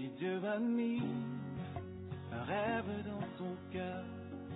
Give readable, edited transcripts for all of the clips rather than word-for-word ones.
Si Dieu a mis un rêve dans ton cœur,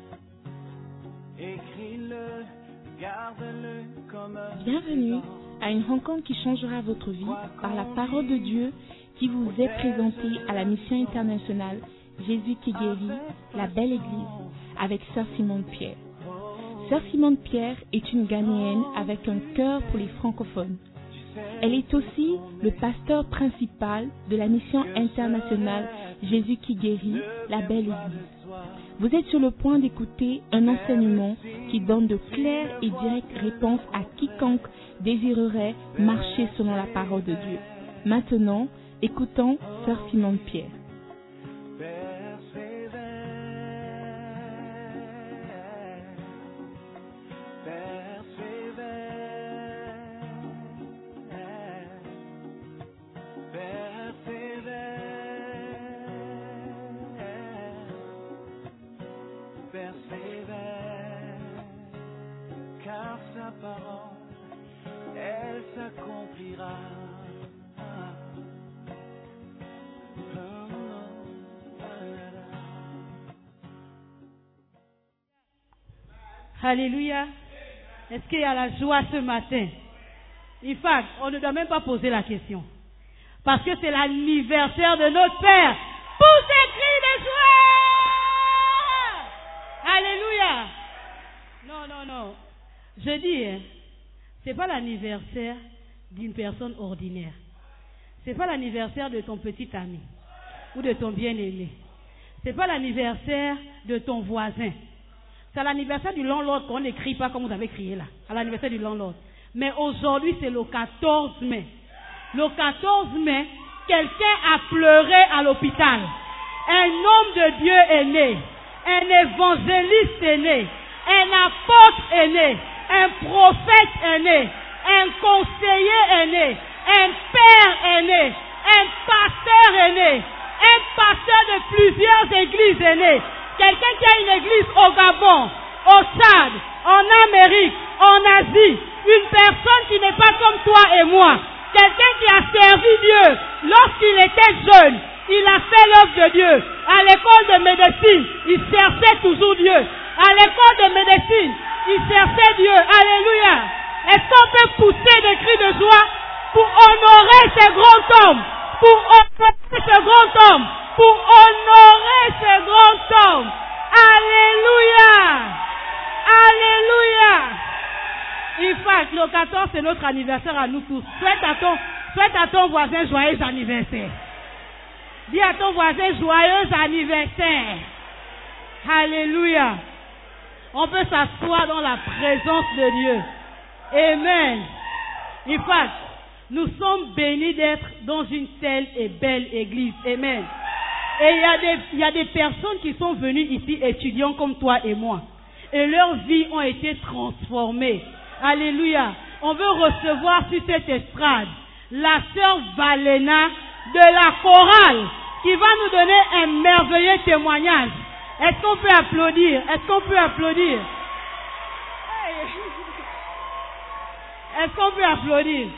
écris-le, garde-le comme un... Bienvenue à une rencontre qui changera votre vie par la parole de Dieu qui vous est présentée à la mission internationale Jésus qui guérit, la belle église, avec Sœur Simone Pierre. Sœur Simone Pierre est une Ghanéenne avec un cœur pour les francophones. Elle est aussi le pasteur principal de la mission internationale Jésus qui guérit, la belle église. Vous êtes sur le point d'écouter un enseignement qui donne de claires et directes réponses à quiconque désirerait marcher selon la parole de Dieu. Maintenant, écoutons Sœur Simone Pierre. Car sa parole, elle s'accomplira. Alléluia. Est-ce qu'il y a la joie ce matin? In fact, on ne doit même pas poser la question. Parce que c'est l'anniversaire de notre Père. Poussez cris de joie! Alléluia. Non. Je dis, c'est pas l'anniversaire d'une personne ordinaire. C'est pas l'anniversaire de ton petit ami ou de ton bien-aimé. C'est pas l'anniversaire de ton voisin. C'est l'anniversaire du landlord qu'on n'écrit pas comme vous avez crié là. À l'anniversaire du landlord. Mais aujourd'hui, c'est le 14 mai. Le 14 mai, quelqu'un a pleuré à l'hôpital. Un homme de Dieu est né. Un évangéliste est né. Un apôtre est né. Un prophète est né. Un conseiller est né. Un père est né. Un pasteur est né. Un pasteur de plusieurs églises est né. Quelqu'un qui a une église au Gabon, au Tchad, en Amérique, en Asie. Une personne qui n'est pas comme toi et moi. Quelqu'un qui a servi Dieu lorsqu'il était jeune. Il a fait l'œuvre de Dieu. À l'école de médecine, il cherchait toujours Dieu. À l'école de médecine, il cherchait Dieu. Alléluia. Est-ce qu'on peut pousser des cris de joie pour honorer ce grand homme? Pour honorer ce grand homme? Pour honorer ce grand homme. Alléluia. Alléluia. In fact, le 14, c'est notre anniversaire à nous tous. Souhaite à ton voisin joyeux anniversaire. Dis à ton voisin joyeux anniversaire. Alléluia. On peut s'asseoir dans la présence de Dieu. Amen. In fact, nous sommes bénis d'être dans une telle et belle église. Amen. Et il y a des personnes qui sont venues ici étudiants comme toi et moi. Et leurs vies ont été transformées. Alléluia. On veut recevoir sur cette estrade la sœur Valena de la chorale qui va nous donner un merveilleux témoignage. Est-ce qu'on peut applaudir? Est-ce qu'on peut applaudir? Est-ce qu'on peut applaudir?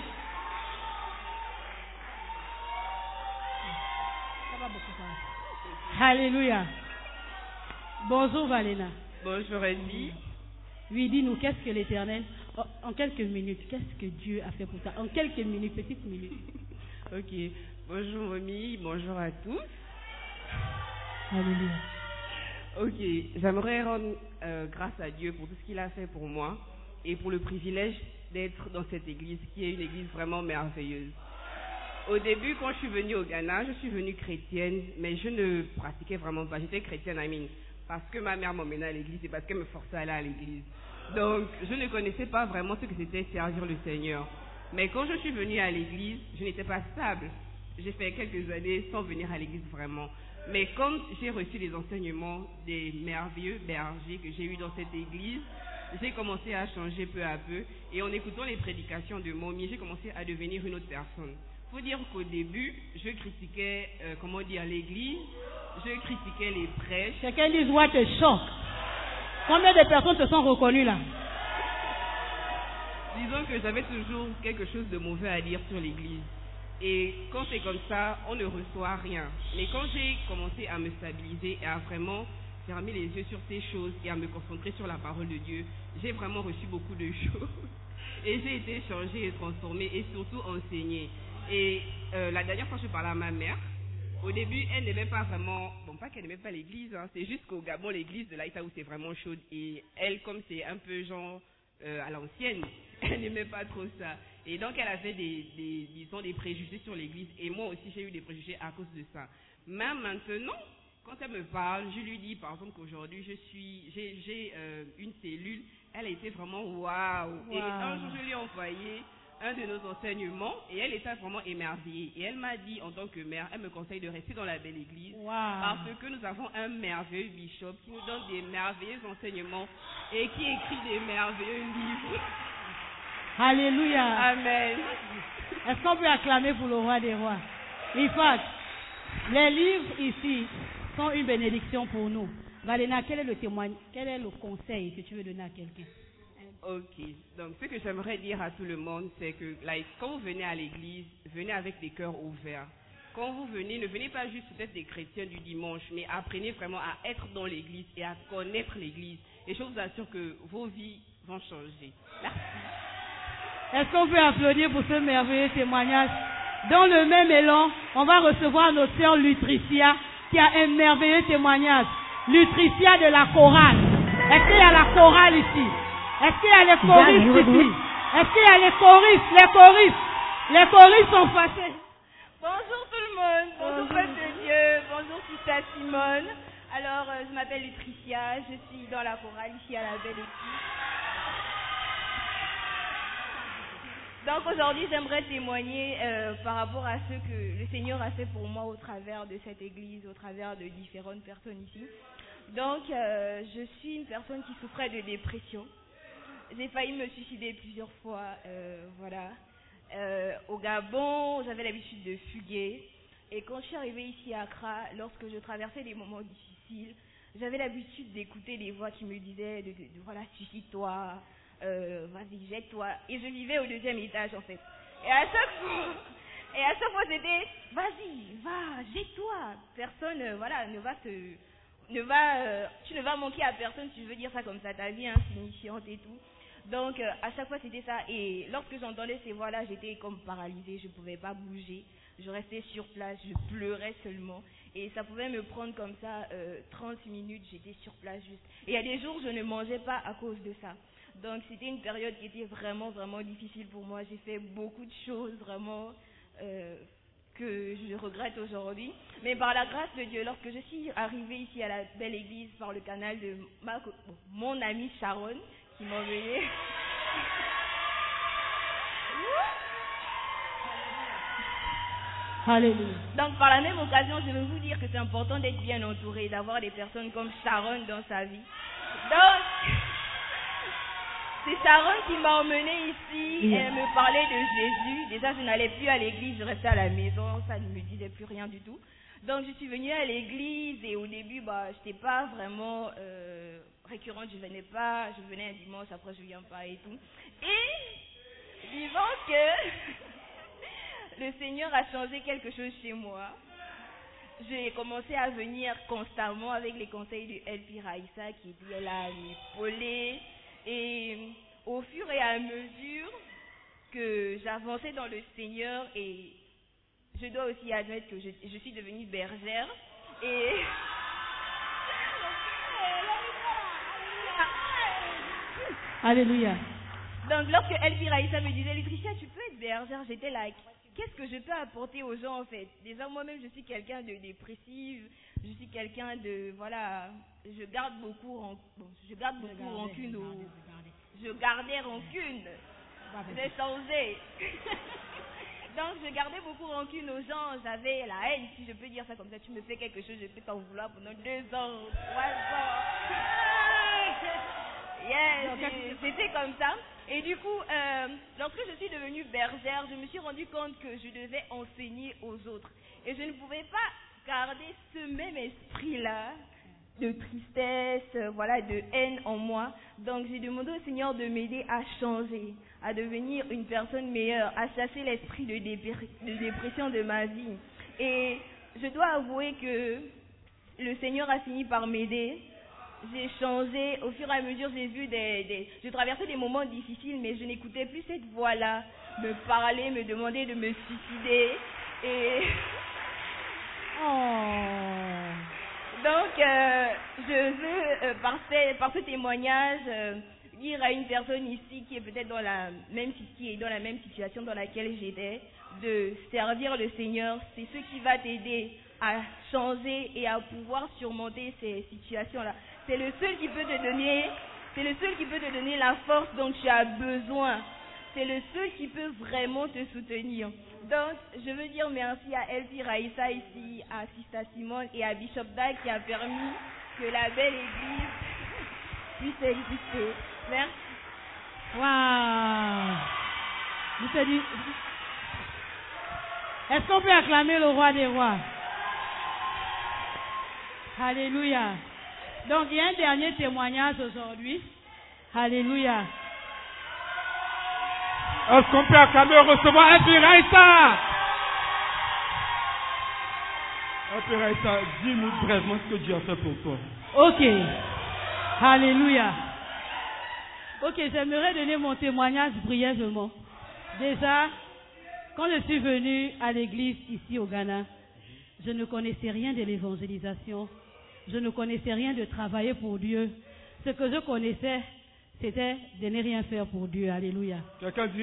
Alléluia. Bonjour Valena. Bonjour Eddy. Oui, dis-nous, qu'est-ce que l'Éternel, en quelques minutes, qu'est-ce que Dieu a fait pour toi? En quelques minutes, petites minutes. Ok. Bonjour Mommy, bonjour à tous. Alléluia. Ok, j'aimerais rendre grâce à Dieu pour tout ce qu'il a fait pour moi et pour le privilège d'être dans cette église qui est une église vraiment merveilleuse. Au début, quand je suis venue au Ghana, je suis venue chrétienne, mais je ne pratiquais vraiment pas. J'étais chrétienne, parce que ma mère m'emmenait à l'église et parce qu'elle me forçait à aller à l'église. Donc, je ne connaissais pas vraiment ce que c'était servir le Seigneur. Mais quand je suis venue à l'église, je n'étais pas stable. J'ai fait quelques années sans venir à l'église vraiment. Mais quand j'ai reçu les enseignements des merveilleux bergers que j'ai eus dans cette église, j'ai commencé à changer peu à peu. Et en écoutant les prédications de Mommy, j'ai commencé à devenir une autre personne. Il faut dire qu'au début, je critiquais, l'église, je critiquais les prêches. Quelqu'un dit, ouais, te choque. Combien de personnes se sont reconnues là? Disons que j'avais toujours quelque chose de mauvais à dire sur l'église. Et quand c'est comme ça, on ne reçoit rien. Mais quand j'ai commencé à me stabiliser et à vraiment fermer les yeux sur ces choses et à me concentrer sur la parole de Dieu, j'ai vraiment reçu beaucoup de choses. Et j'ai été changée et transformée et surtout enseignée. Et la dernière fois, je parlais à ma mère. Au début, elle n'aimait pas vraiment, bon, pas qu'elle n'aimait pas l'église, hein, c'est juste qu'au Gabon, l'église de l'Aïta où c'est vraiment chaude. Et elle, comme c'est un peu genre à l'ancienne, elle n'aimait pas trop ça. Et donc, elle avait disons, des préjugés sur l'église. Et moi aussi, j'ai eu des préjugés à cause de ça. Mais maintenant, quand elle me parle, je lui dis, par exemple, qu'aujourd'hui, j'ai une cellule. Elle a été vraiment waouh. Et un jour, je lui ai envoyé un de nos enseignements et elle était vraiment émerveillée. Et elle m'a dit, en tant que mère, elle me conseille de rester dans la belle église parce que nous avons un merveilleux bishop qui nous donne des merveilleux enseignements et qui écrit des merveilleux livres. Alléluia. Amen. Est-ce qu'on peut acclamer pour le roi des rois? In fact, les livres ici sont une bénédiction pour nous. Valena, quel est le témoignage, quel est le conseil que tu veux donner à quelqu'un? Ok, donc ce que j'aimerais dire à tout le monde, c'est que quand vous venez à l'église, venez avec des cœurs ouverts. Quand vous venez, ne venez pas juste peut-être des chrétiens du dimanche, mais apprenez vraiment à être dans l'église et à connaître l'église. Et je vous assure que vos vies vont changer. Merci. Est-ce qu'on peut applaudir pour ce merveilleux témoignage? Dans le même élan, on va recevoir notre sœur Lutricia qui a un merveilleux témoignage. Lutricia de la chorale. Est-ce qu'il y a la chorale ici? Est-ce qu'il y a les choristes ici? Est-ce qu'il y a les choristes? Les choristes sont passés. Bonjour tout le monde. Bonjour peuple de Dieu. Bonjour Sister Simone. Alors, je m'appelle Lutricia. Je suis dans la chorale ici à la Belle Église. Donc aujourd'hui, j'aimerais témoigner par rapport à ce que le Seigneur a fait pour moi au travers de cette église, au travers de différentes personnes ici. Donc, je suis une personne qui souffrait de dépression. J'ai failli me suicider plusieurs fois, voilà. Au Gabon, j'avais l'habitude de fuguer. Et quand je suis arrivée ici à Accra, lorsque je traversais des moments difficiles, j'avais l'habitude d'écouter des voix qui me disaient voilà, suicide-toi, vas-y, jette-toi. Et je vivais au 2e étage en fait. Et à chaque fois c'était, vas-y, va, jette-toi. Personne, voilà, tu ne vas manquer à personne, si je veux dire ça comme ça, ta vie insignifiante et tout. Donc, à chaque fois, c'était ça. Et lorsque j'entendais ces voix-là, j'étais comme paralysée. Je ne pouvais pas bouger. Je restais sur place. Je pleurais seulement. Et ça pouvait me prendre comme ça 30 minutes. J'étais sur place juste. Et il y a des jours, je ne mangeais pas à cause de ça. Donc, c'était une période qui était vraiment, vraiment difficile pour moi. J'ai fait beaucoup de choses vraiment que je regrette aujourd'hui. Mais par la grâce de Dieu, lorsque je suis arrivée ici à la Belle Église par le canal de mon amie Sharon, qui m'a envoyé. Alléluia. Donc par la même occasion, je veux vous dire que c'est important d'être bien entouré, d'avoir des personnes comme Sharon dans sa vie. Donc, c'est Sharon qui m'a emmenée ici, elle me parlait de Jésus. Déjà, je n'allais plus à l'église, je restais à la maison, ça ne me disait plus rien du tout. Donc, je suis venue à l'église et au début, je n'étais pas vraiment récurrente, je venais un dimanche, après je ne viens pas et tout. Et, disons que le Seigneur a changé quelque chose chez moi. J'ai commencé à venir constamment avec les conseils de El Raïssa qui était là à m'épauler. Et au fur et à mesure que j'avançais dans le Seigneur, et je dois aussi admettre que je suis devenue bergère. Et Alléluia. donc lorsque El Raïssa me disait, Lutricia, tu peux être bergère, j'étais là, qu'est-ce que je peux apporter aux gens en fait? Déjà moi-même je suis quelqu'un de dépressive, je suis quelqu'un de, voilà, je gardais rancune, j'ai changé. Donc je gardais beaucoup rancune aux gens, j'avais la haine, si je peux dire ça comme ça, tu me fais quelque chose, je peux t'en vouloir pendant 2 ans, 3 ans. Yes, c'était comme ça. Et du coup, lorsque je suis devenue bergère, je me suis rendu compte que je devais enseigner aux autres. Et je ne pouvais pas garder ce même esprit-là de tristesse, voilà, de haine en moi. Donc j'ai demandé au Seigneur de m'aider à changer, à devenir une personne meilleure, à chasser l'esprit de dépression de ma vie. Et je dois avouer que le Seigneur a fini par m'aider. J'ai changé, au fur et à mesure, j'ai vu je traversais des moments difficiles, mais je n'écoutais plus cette voix-là me parler, me demander de me suicider. Et donc, je veux, par ce témoignage, dire à une personne ici qui est peut-être dans la même situation dans laquelle j'étais, de servir le Seigneur. C'est ce qui va t'aider à changer et à pouvoir surmonter ces situations-là. C'est le seul qui peut te donner la force dont tu as besoin. C'est le seul qui peut vraiment te soutenir. Donc, je veux dire merci à Elsie Raïssa ici, à Sista Simone et à Bishop Dag qui a permis que la belle église puisse exister. Merci. Waouh! Est-ce qu'on peut acclamer le roi des rois? Alléluia. Donc, il y a un dernier témoignage aujourd'hui. Alléluia. Est-ce qu'on peut acclamer et recevoir Elsie Raïssa? Elsie Raïssa, dis-nous brièvement ce que Dieu a fait pour toi. Ok. Alléluia. Ok, j'aimerais donner mon témoignage brièvement. Déjà, quand je suis venue à l'église ici au Ghana, je ne connaissais rien de l'évangélisation. Je ne connaissais rien de travailler pour Dieu. Ce que je connaissais, c'était de ne rien faire pour Dieu. Alléluia. Quelqu'un dit,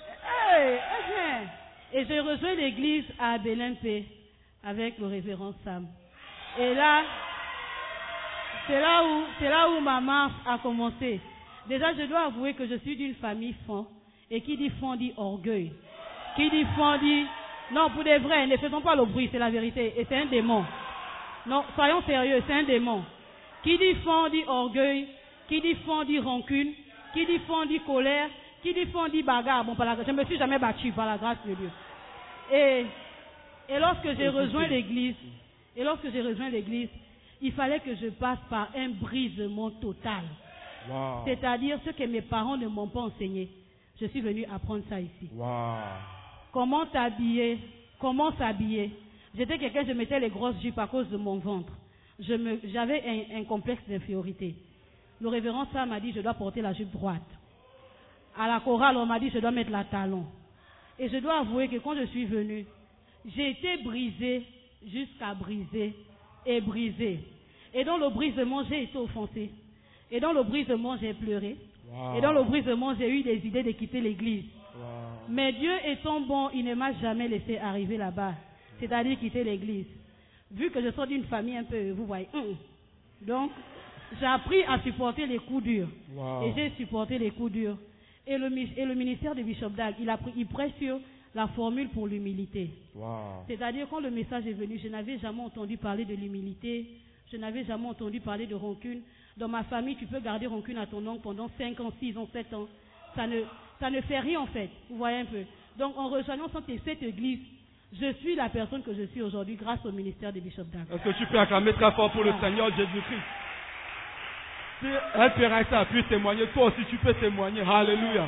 Et j'ai rejoint l'église à Belempe avec le révérend Sam. Et là, c'est là où ma marche a commencé. Déjà, je dois avouer que je suis d'une famille fond. Et qui dit fond dit orgueil. Qui dit fond dit... Non, pour des vrais, ne faisons pas le bruit, c'est la vérité. Et c'est un démon. Non, soyons sérieux, c'est un démon. Qui dit fond dit orgueil. Qui dit fond dit rancune. Qui dit fond dit colère. Qui dit fond dit bagarre. Bon, je ne me suis jamais battu par la grâce de Dieu. Et lorsque j'ai rejoint l'église, il fallait que je passe par un brisement total. Wow. C'est-à-dire ce que mes parents ne m'ont pas enseigné. Je suis venu apprendre ça ici. Wow. Comment t'habiller, comment s'habiller. J'étais quelqu'un, je mettais les grosses jupes à cause de mon ventre. J'avais un complexe d'infériorité. Le révérend Sam m'a dit je dois porter la jupe droite. À la chorale, on m'a dit je dois mettre la talon. Et je dois avouer que quand je suis venue, j'ai été brisée jusqu'à briser et briser. Et dans le brisement, j'ai été offensée. Et dans le brisement, j'ai pleuré. Wow. Et dans le brisement, j'ai eu des idées de quitter l'église. Wow. Mais Dieu étant bon, il ne m'a jamais laissé arriver là-bas. C'est-à-dire quitter l'église. Vu que je sors d'une famille un peu, vous voyez. Donc, j'ai appris à supporter les coups durs. Wow. Et j'ai supporté les coups durs. Et le ministère de Bishop Dag, il prêche sur la formule pour l'humilité. Wow. C'est-à-dire, quand le message est venu, je n'avais jamais entendu parler de l'humilité. Je n'avais jamais entendu parler de rancune. Dans ma famille, tu peux garder rancune à ton oncle pendant 5 ans, 6 ans, 7 ans. Ça ne fait rien en fait. Vous voyez un peu. Donc en rejoignant cette église, je suis la personne que je suis aujourd'hui grâce au ministère de Bishop Dag. Est-ce que tu peux acclamer très fort pour le Seigneur Jésus-Christ? Si Elsie Raïssa pu témoigner, toi aussi tu peux témoigner. Alléluia.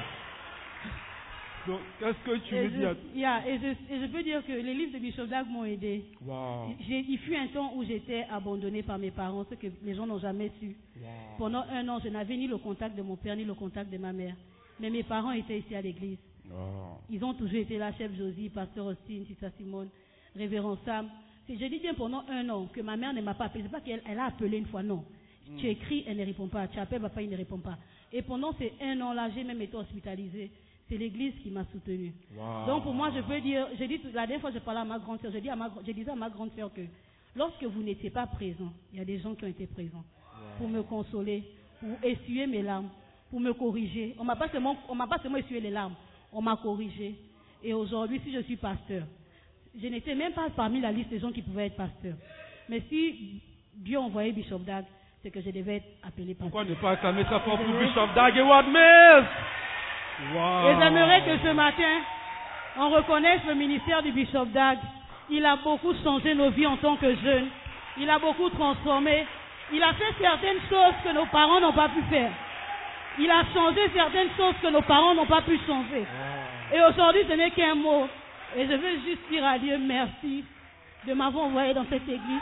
Donc, qu'est-ce que tu veux dire? Et je peux dire que les livres de Bishop Dag m'ont aidé. Wow. Il fut un temps où j'étais abandonnée par mes parents, ce que les gens n'ont jamais su. Wow. Pendant 1 an, je n'avais ni le contact de mon père, ni le contact de ma mère. Mais mes parents étaient ici à l'église. Wow. Ils ont toujours été là, chef Josie, pasteur Austin, Sista Simone, révérend Sam. Je dis bien pendant 1 an que ma mère ne m'a pas appelé. C'est pas qu'elle a appelé une fois, non. Tu écris, elle ne répond pas. Tu appelles papa, il ne répond pas. Et pendant ces 1 an-là, j'ai même été hospitalisée. C'est l'église qui m'a soutenue. Wow. Donc pour moi, je peux dire, la dernière fois je parlais à ma grande sœur, je disais à ma grande sœur que lorsque vous n'étiez pas présent, il y a des gens qui ont été présents pour me consoler, pour essuyer mes larmes, pour me corriger. On m'a pas seulement essuyé les larmes, on m'a corrigé. Et aujourd'hui, si je suis pasteur, je n'étais même pas parmi la liste des gens qui pouvaient être pasteurs. Mais si Dieu envoyait Bishop Dag, c'est que je devais être appelé pasteur. Pourquoi ne pas acclamer ça fort pour Bishop Dag et Wadmez? Wow. Et j'aimerais que ce matin, on reconnaisse le ministère du Bishop Dag. Il a beaucoup changé nos vies en tant que jeunes. Il a beaucoup transformé. Il a fait certaines choses que nos parents n'ont pas pu faire. Il a changé certaines choses que nos parents n'ont pas pu changer. Et aujourd'hui, ce n'est qu'un mot. Et je veux juste dire à Dieu merci de m'avoir envoyé dans cette église.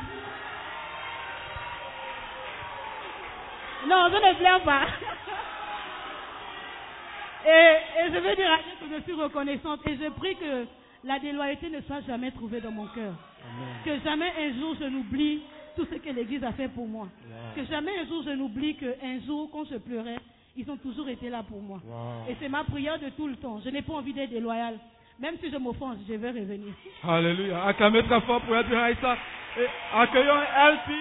Non, je ne plains pas. Et je veux dire à Dieu que je suis reconnaissante. Et je prie que la déloyauté ne soit jamais trouvée dans mon cœur. Que jamais un jour je n'oublie tout ce que l'église a fait pour moi. Que jamais un jour je n'oublie qu'un jour, quand je pleurais, ils ont toujours été là pour moi. Et c'est ma prière de tout le temps. Je n'ai pas envie d'être déloyale. Même si je m'offense, je vais revenir. Alléluia. Acclamez très fort pour Elpi Raissa. Et accueillons Elpi.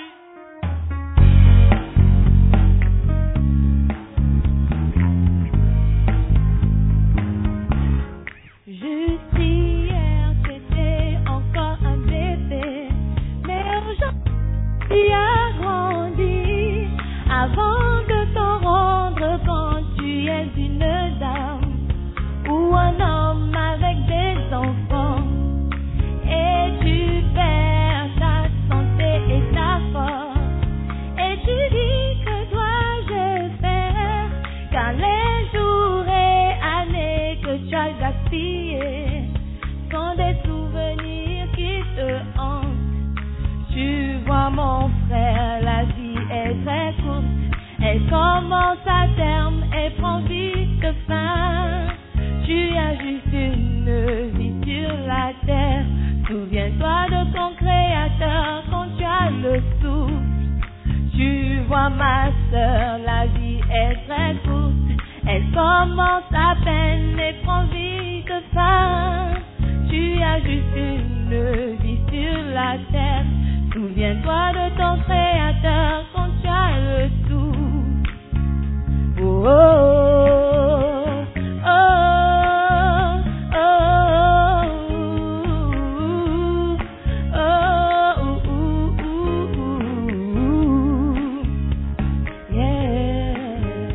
Juste hier, c'était encore un bébé, mais aujourd'hui, tu as grandi. Avant de t'en rendre compte, tu es une dame ou un homme avec des enfants, et tu perds ta santé et ta force, et tu dis que dois-je faire, car les jours et années que tu as gaspillés sont des souvenirs qui te hantent. Tu vois mon frère, la vie est très courte, elle commence à terme et prend vite fin. Tu as juste une vie sur la terre. Souviens-toi de ton créateur quand tu as le souffle. Tu vois ma soeur, la vie est très courte, elle commence à peine et prend vite fin. Tu as juste une vie sur la terre. Souviens-toi de ton créateur quand tu as le souffle. Oh, oh, oh, oh, oh, yeah.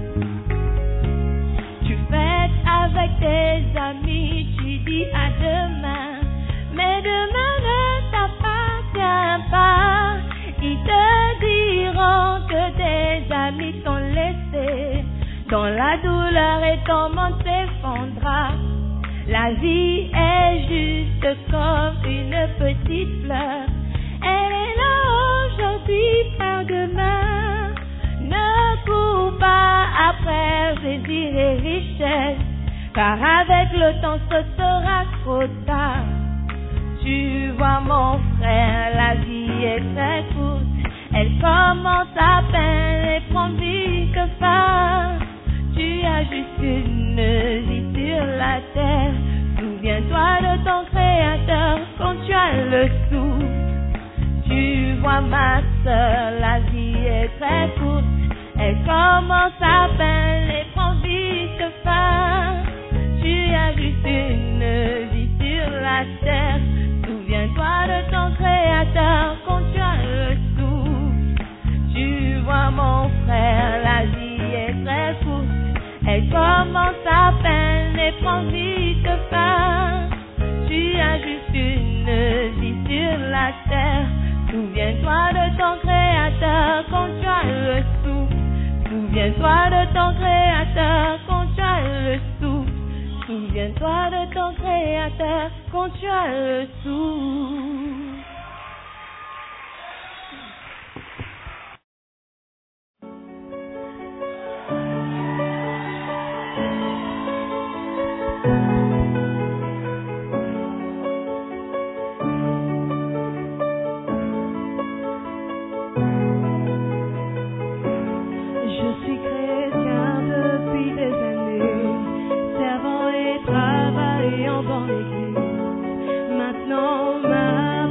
Tu fêtes avec tes amis, tu dis à demain, mais demain ne t'appartient pas. Ils te diront que tes amis t'ont laissé dans la douleur et ton monde s'effondra. La vie est juste comme une petite fleur. Elle est là aujourd'hui, pas demain. Ne cours pas après plaisir et richesse, car avec le temps ce sera trop tard. Tu vois mon frère, la vie est très courte, elle commence à peine et prend vite fin. Tu as juste une vie sur la terre. Souviens-toi de ton créateur quand tu as le souffle. Tu vois ma soeur, la vie est très courte, elle commence à peine et prend vite fin. Tu as juste une vie sur la terre. Souviens-toi de ton créateur quand tu as le souffle. Tu vois mon frère, la vie est très courte, elle commence à peine et prend vite fin. Tu as juste une vie sur la terre. Souviens-toi de ton créateur quand tu as le souffle. Souviens-toi de ton créateur quand tu as le souffle. Souviens-toi de ton créateur quand tu as le souffle. Dans l'église, maintenant ma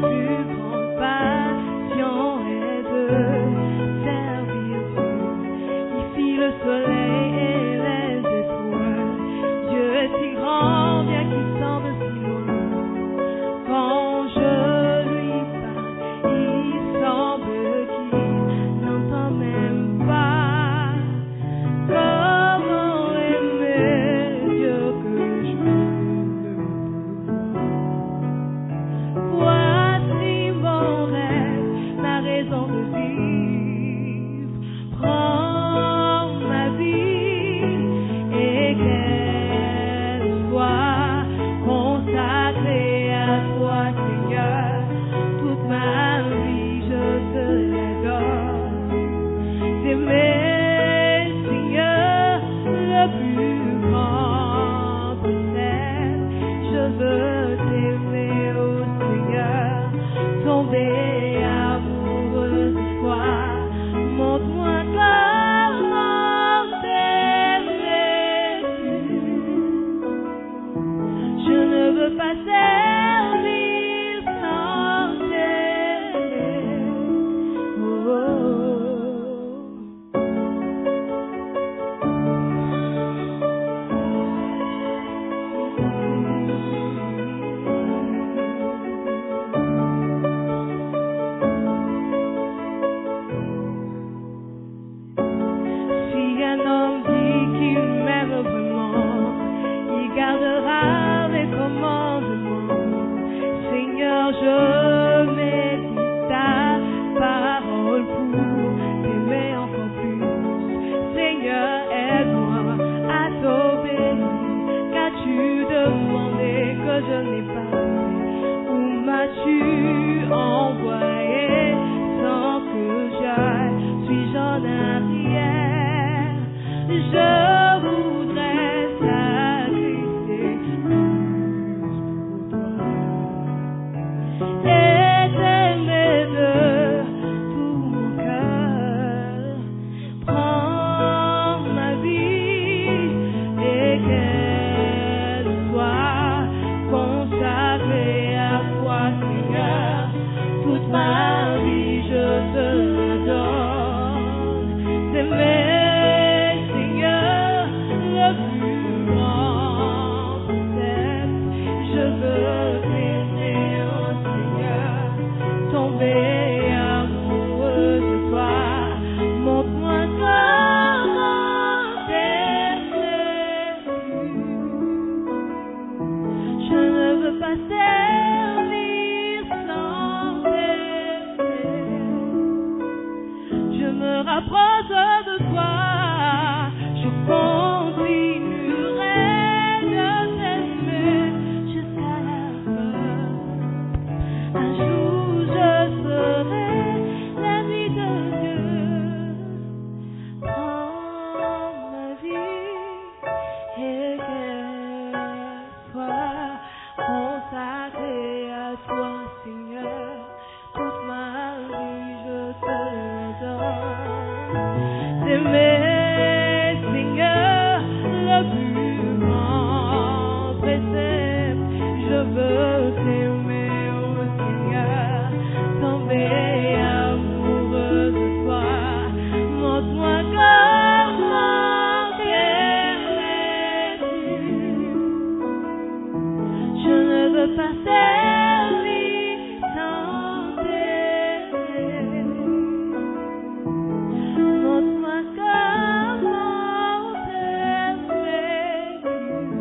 m'approche de toi, je continuerai de t'aimer jusqu'à la fin. Un jour je serai l'ami de Dieu. Prends ma vie et qu'elle soit consacrée à toi, Seigneur. Toute ma vie je te donne. T'aimer, Seigneur, le plus grand précepte. Je veux t'aimer, oh Seigneur, tomber amoureux de toi. Montre-moi comment t'aimer-tu. Je ne veux pas servir sans t'aimer. Montre-moi comment t'aimer-tu.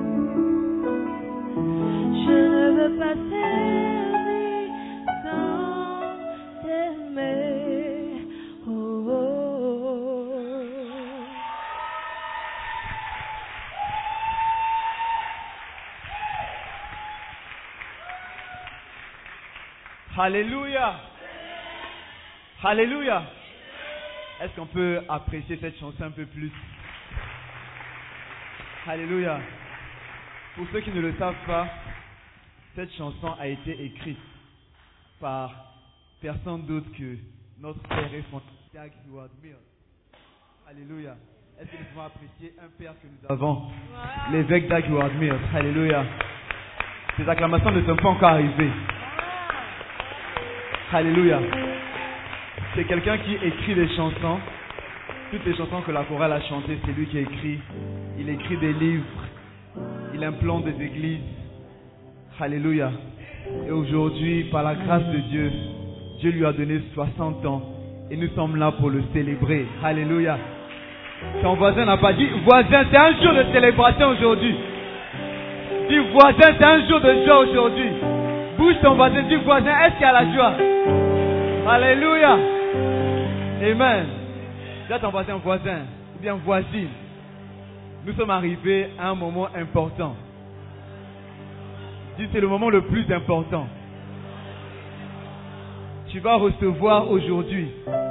Je ne veux pas servir sans t'aimer. Oh, oh, oh. Alléluia. Alléluia. Est-ce qu'on peut apprécier cette chanson un peu plus? Alléluia. Pour ceux qui ne le savent pas, cette chanson a été écrite par personne d'autre que notre père et fondateur Dag Heward-Mills. Alléluia. Est-ce que nous pouvons apprécier un père que nous avons, l'évêque Dag Heward-Mills? Alléluia. Ces acclamations ne sont pas encore arrivées. Alléluia. C'est quelqu'un qui écrit des chansons. Toutes les chansons que la chorale a chantées, c'est lui qui écrit. Il écrit des livres. Il implante des églises. Alléluia. Et aujourd'hui, par la grâce de Dieu, Dieu lui a donné 60 ans. Et nous sommes là pour le célébrer. Alléluia. Ton voisin n'a pas dit, voisin, c'est un jour de célébration aujourd'hui. Dis, voisin, c'est un jour de joie aujourd'hui. Bouge ton voisin, dis, voisin, est-ce qu'il y a la joie? Alléluia. Amen. Dis à ton voisin, voisin, ou bien voisine. Nous sommes arrivés à un moment important. Dis, c'est le moment le plus important. Tu vas recevoir aujourd'hui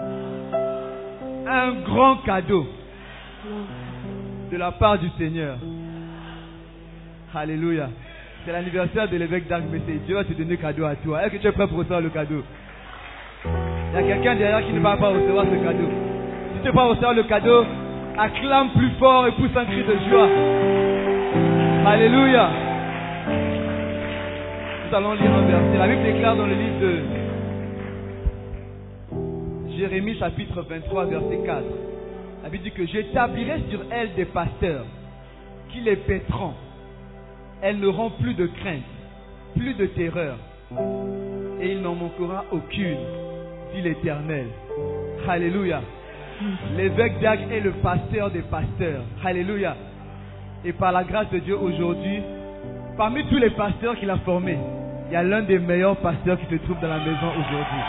un grand cadeau de la part du Seigneur. Alléluia. C'est l'anniversaire de l'évêque Dag, mais Dieu va te donner cadeau à toi. Est-ce que tu es prêt pour recevoir le cadeau? Il y a quelqu'un derrière qui ne va pas recevoir ce cadeau. Si tu ne veux pas recevoir le cadeau, acclame plus fort et pousse un cri de joie. Alléluia. Nous allons lire un verset. La Bible déclare dans le livre de Jérémie chapitre 23 verset 4. La Bible dit que j'établirai sur elles des pasteurs qui les paîtront. Elles n'auront plus de crainte, plus de terreur, et il n'en manquera aucune, dit l'Éternel. Alléluia. L'évêque Dag est le pasteur des pasteurs. Alléluia. Et par la grâce de Dieu aujourd'hui, parmi tous les pasteurs qu'il a formés, il y a l'un des meilleurs pasteurs qui se trouve dans la maison aujourd'hui.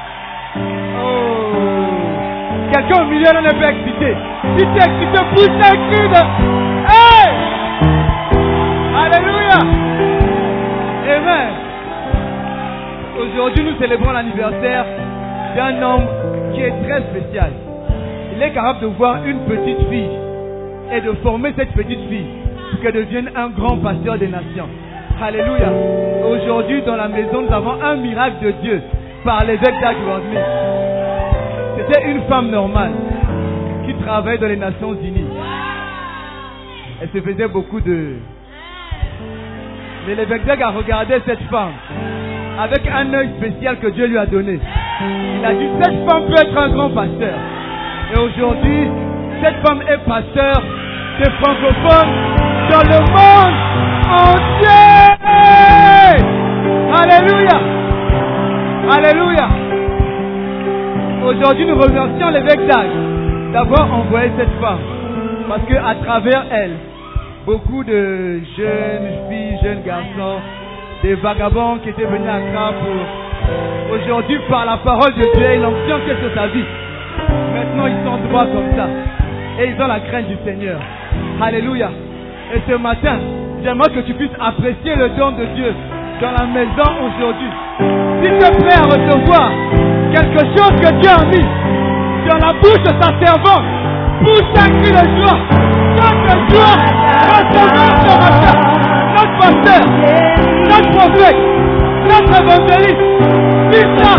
Oh! Quelqu'un au milieu n'en est pas excité. Si tu es excité, pousse un cri de hey! Alléluia. Amen. Aujourd'hui, nous célébrons l'anniversaire d'un homme qui est très spécial. Il est capable de voir une petite fille et de former cette petite fille pour qu'elle devienne un grand pasteur des nations. Alléluia. Aujourd'hui, dans la maison, nous avons un miracle de Dieu par l'évêque Dag Heward-Mills. C'était une femme normale qui travaillait dans les Nations Unies. Elle se faisait beaucoup de... Mais l'évêque Dag a regardé cette femme avec un œil spécial que Dieu lui a donné. Il a dit, cette femme peut être un grand pasteur. Et aujourd'hui, cette femme est pasteur des francophones dans le monde entier. Alléluia. Alléluia. Aujourd'hui, nous remercions l'évêque Dag d'avoir envoyé cette femme. Parce qu'à travers elle, beaucoup de jeunes filles, jeunes garçons, des vagabonds qui étaient venus à Accra pour aujourd'hui, par la parole de Dieu et l'onction qui est sur sa vie, Maintenant, ils sont droits comme ça. Et ils ont la crainte du Seigneur. Alléluia. Et ce matin, j'aimerais que tu puisses apprécier le don de Dieu dans la maison aujourd'hui. Si tu es prêt à recevoir quelque chose que Dieu a mis dans la bouche de sa servante, pousse un cri de joie. Notre joie, recevoir ce matin notre pasteur, notre prophète, notre évangéliste, Victor,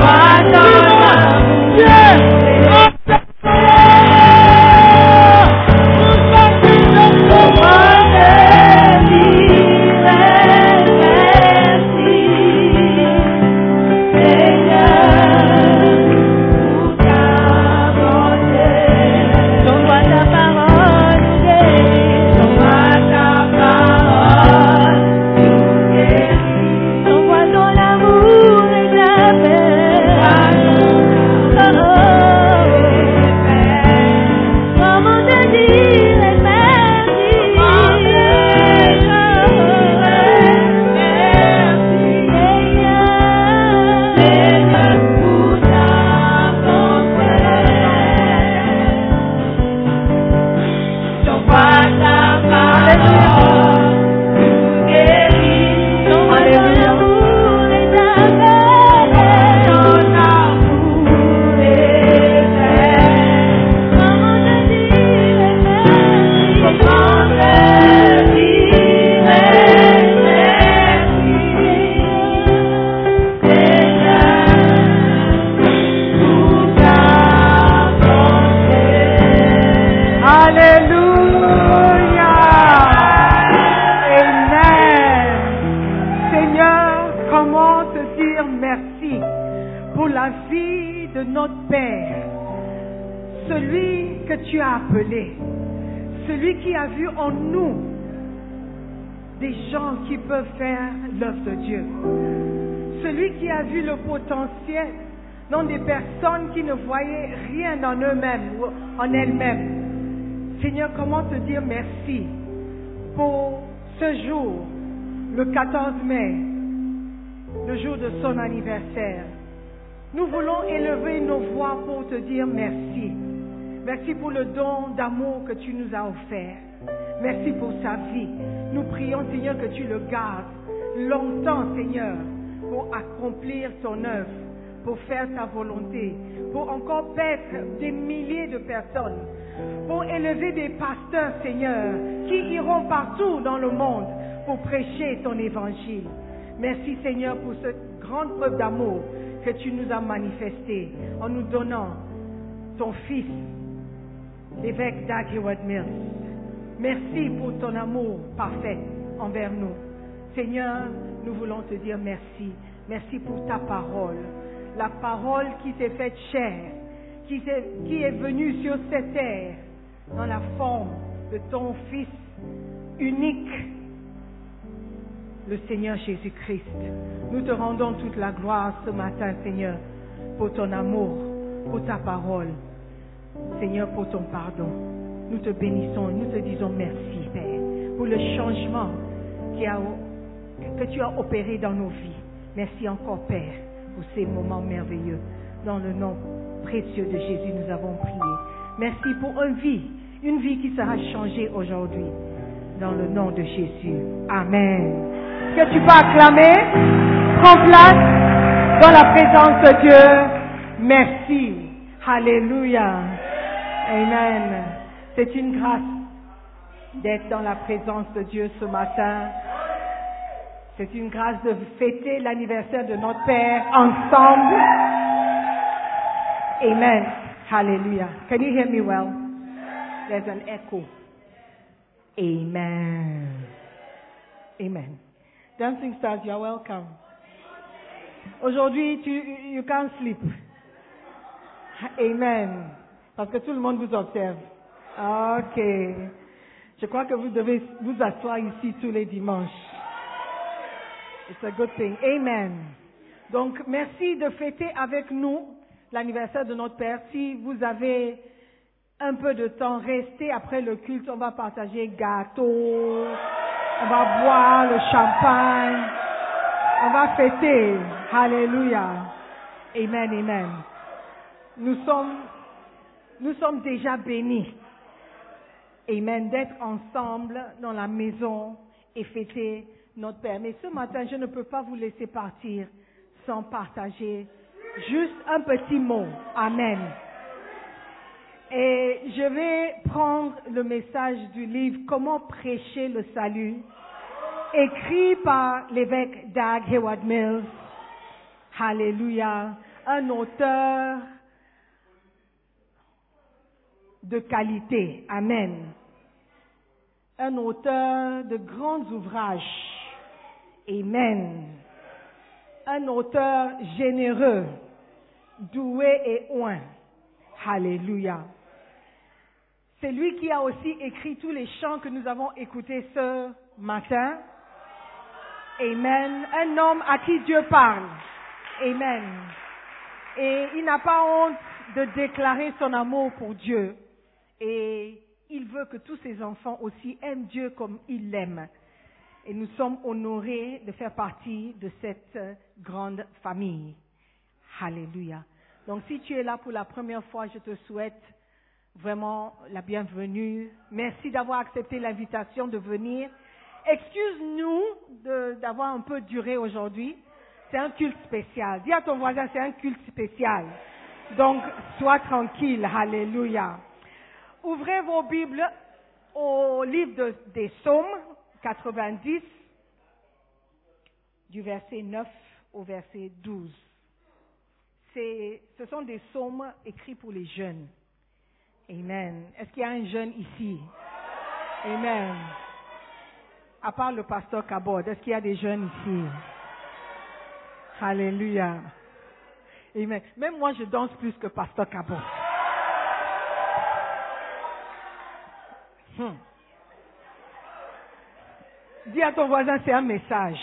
celui qui a vu en nous des gens qui peuvent faire l'œuvre de Dieu, celui qui a vu le potentiel dans des personnes qui ne voyaient rien en eux-mêmes ou en elles-mêmes. Seigneur, comment te dire merci pour ce jour, le 14 mai, le jour de son anniversaire. Nous voulons élever nos voix pour te dire merci. Merci pour le don d'amour que tu nous as offert. Merci pour sa vie. Nous prions, Seigneur, que tu le gardes longtemps, Seigneur, pour accomplir ton œuvre, pour faire ta volonté, pour encore paître des milliers de personnes, pour élever des pasteurs, Seigneur, qui iront partout dans le monde pour prêcher ton évangile. Merci, Seigneur, pour cette grande preuve d'amour que tu nous as manifestée en nous donnant ton Fils, l'évêque Dag Heward-Mills. Merci pour ton amour parfait envers nous. Seigneur, nous voulons te dire merci. Merci pour ta parole. La parole qui s'est faite chair, qui est venue sur cette terre dans la forme de ton Fils unique, le Seigneur Jésus-Christ. Nous te rendons toute la gloire ce matin, Seigneur, pour ton amour, pour ta parole. Seigneur, pour ton pardon. Nous te bénissons et nous te disons merci, Père, pour le changement que tu as opéré dans nos vies. Merci encore, Père, pour ces moments merveilleux. Dans le nom précieux de Jésus, nous avons prié. Merci pour une vie qui sera changée aujourd'hui. Dans le nom de Jésus. Amen. Est-ce que tu peux acclamer? Prends place dans la présence de Dieu. Merci. Alléluia. Amen. C'est une grâce d'être dans la présence de Dieu ce matin. C'est une grâce de fêter l'anniversaire de notre Père ensemble. Amen. Hallelujah. Can you hear me well? There's an echo. Amen. Amen. Dancing Stars, you are welcome. Aujourd'hui, you can't sleep. Amen. Parce que tout le monde vous observe. Ok. Je crois que vous devez vous asseoir ici tous les dimanches. It's a good thing. Amen. Donc, merci de fêter avec nous l'anniversaire de notre Père. Si vous avez un peu de temps, restez après le culte. On va partager gâteau. On va boire le champagne. On va fêter. Alléluia. Amen, amen. Nous sommes Nous sommes déjà bénis. Amen. D'être ensemble dans la maison et fêter notre Père. Mais ce matin, je ne peux pas vous laisser partir sans partager juste un petit mot. Amen. Et je vais prendre le message du livre Comment prêcher le salut, écrit par l'évêque Dag Heward-Mills. Alléluia. Un auteur de qualité. Amen. Un auteur de grands ouvrages. Amen. Un auteur généreux, doué et oint. Alléluia. C'est lui qui a aussi écrit tous les chants que nous avons écoutés ce matin. Amen. Un homme à qui Dieu parle. Amen. Et il n'a pas honte de déclarer son amour pour Dieu. Et il veut que tous ses enfants aussi aiment Dieu comme il l'aime. Et nous sommes honorés de faire partie de cette grande famille. Alléluia. Donc si tu es là pour la première fois, je te souhaite vraiment la bienvenue. Merci d'avoir accepté l'invitation de venir. Excuse-nous d'avoir un peu duré aujourd'hui. C'est un culte spécial. Dis à ton voisin, c'est un culte spécial. Donc, sois tranquille. Alléluia. Ouvrez vos Bibles au livre des Psaumes 90, du verset 9 au verset 12. Ce sont des psaumes écrits pour les jeunes. Amen. Est-ce qu'il y a un jeune ici? Amen. À part le pasteur Kabod, est-ce qu'il y a des jeunes ici? Alléluia. Amen. Même moi, je danse plus que pasteur Kabod. Dis à ton voisin, c'est un message.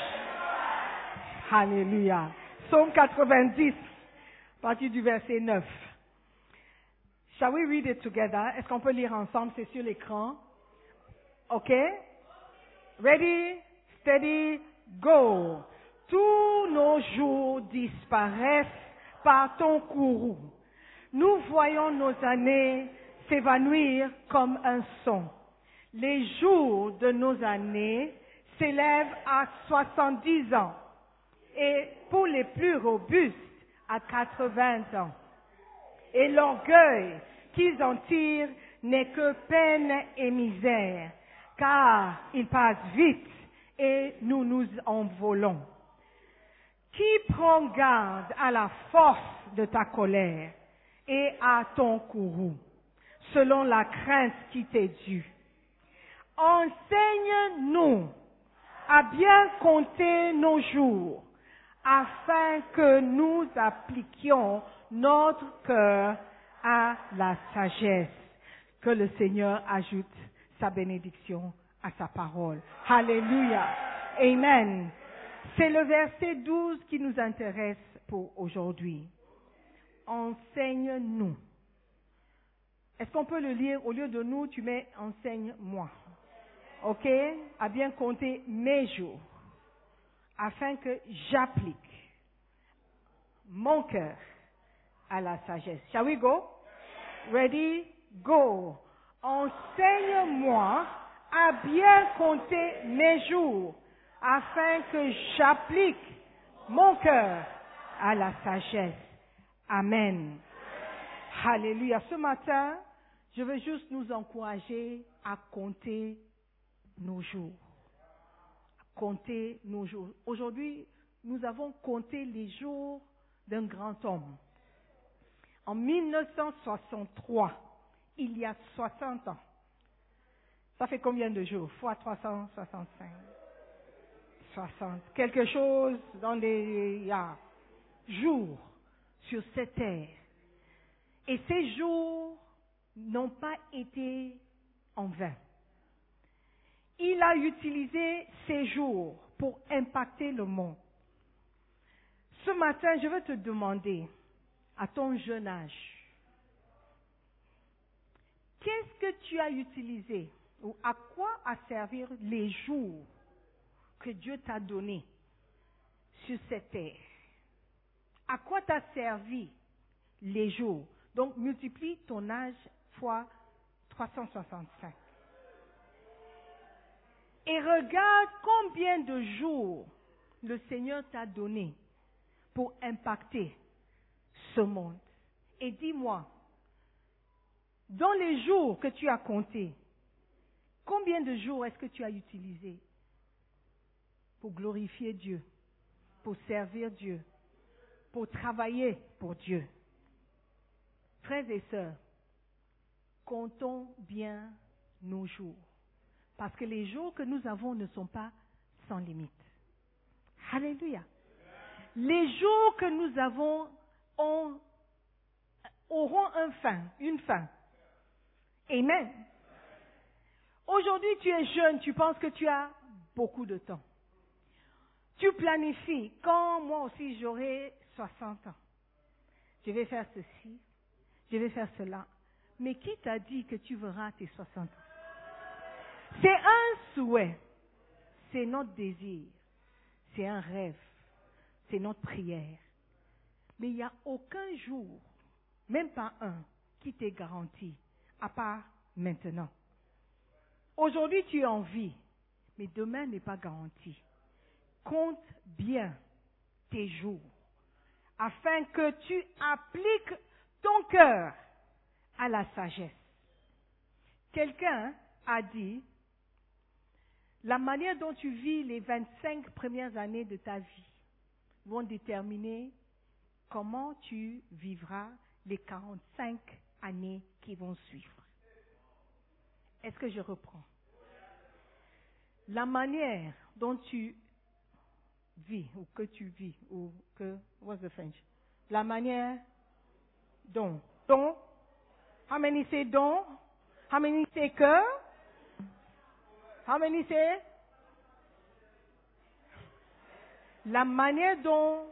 Alléluia. Psaume 90, partie du verset 9. Shall we read it together? Est-ce qu'on peut lire ensemble? C'est sur l'écran. OK? Ready, steady, go. Tous nos jours disparaissent par ton courroux. Nous voyons nos années s'évanouir comme un son. Les jours de nos années s'élèvent à 70 ans et pour les plus robustes à 80 ans. Et l'orgueil qu'ils en tirent n'est que peine et misère, car ils passent vite et nous nous envolons. Qui prend garde à la force de ta colère et à ton courroux, selon la crainte qui t'est due? Enseigne-nous à bien compter nos jours, afin que nous appliquions notre cœur à la sagesse. Que le Seigneur ajoute sa bénédiction à sa parole. Alléluia. Amen. C'est le verset 12 qui nous intéresse pour aujourd'hui. Enseigne-nous. Est-ce qu'on peut le lire? Au lieu de nous, tu mets enseigne-moi. OK? À bien compter mes jours, afin que j'applique mon cœur à la sagesse. Shall we go? Ready? Go. Enseigne-moi à bien compter mes jours, afin que j'applique mon cœur à la sagesse. Amen. Alléluia. Ce matin, je veux juste nous encourager à compter nos jours. Compter nos jours. Aujourd'hui, nous avons compté les jours d'un grand homme. En 1963, il y a 60 ans. Ça fait combien de jours? Fois 365. 60. Quelque chose dans les jours sur cette terre. Et ces jours n'ont pas été en vain. Il a utilisé ces jours pour impacter le monde. Ce matin, je veux te demander, à ton jeune âge, qu'est-ce que tu as utilisé ou à quoi a servi les jours que Dieu t'a donnés sur cette terre? À quoi t'a servi les jours? Donc, multiplie ton âge fois 365. Et regarde combien de jours le Seigneur t'a donné pour impacter ce monde. Et dis-moi, dans les jours que tu as comptés, combien de jours est-ce que tu as utilisé pour glorifier Dieu, pour servir Dieu, pour travailler pour Dieu? Frères et sœurs, comptons bien nos jours, parce que les jours que nous avons ne sont pas sans limite. Alléluia. Les jours que nous avons auront une fin. Amen. Aujourd'hui, tu es jeune, tu penses que tu as beaucoup de temps. Tu planifies, quand moi aussi j'aurai 60 ans, je vais faire ceci, je vais faire cela. Mais qui t'a dit que tu verras tes 60 ans? C'est un souhait, c'est notre désir, c'est un rêve, c'est notre prière. Mais il n'y a aucun jour, même pas un, qui t'est garanti, à part maintenant. Aujourd'hui, tu es en vie, mais demain n'est pas garanti. Compte bien tes jours, afin que tu appliques ton cœur à la sagesse. Quelqu'un a dit, la manière dont tu vis les 25 premières années de ta vie vont déterminer comment tu vivras les 45 années qui vont suivre. Est-ce que je reprends? La manière dont tu vis, ou que tu vis, ou que, what's the French? La manière dont, how many say dont? How many say que? How many say? La manière dont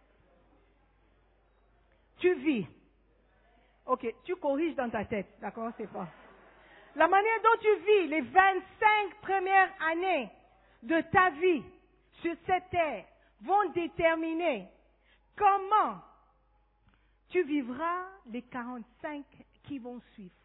tu vis. Ok, tu corriges dans ta tête, d'accord, c'est pas. La manière dont tu vis les 25 premières années de ta vie sur cette terre vont déterminer comment tu vivras les 45 qui vont suivre.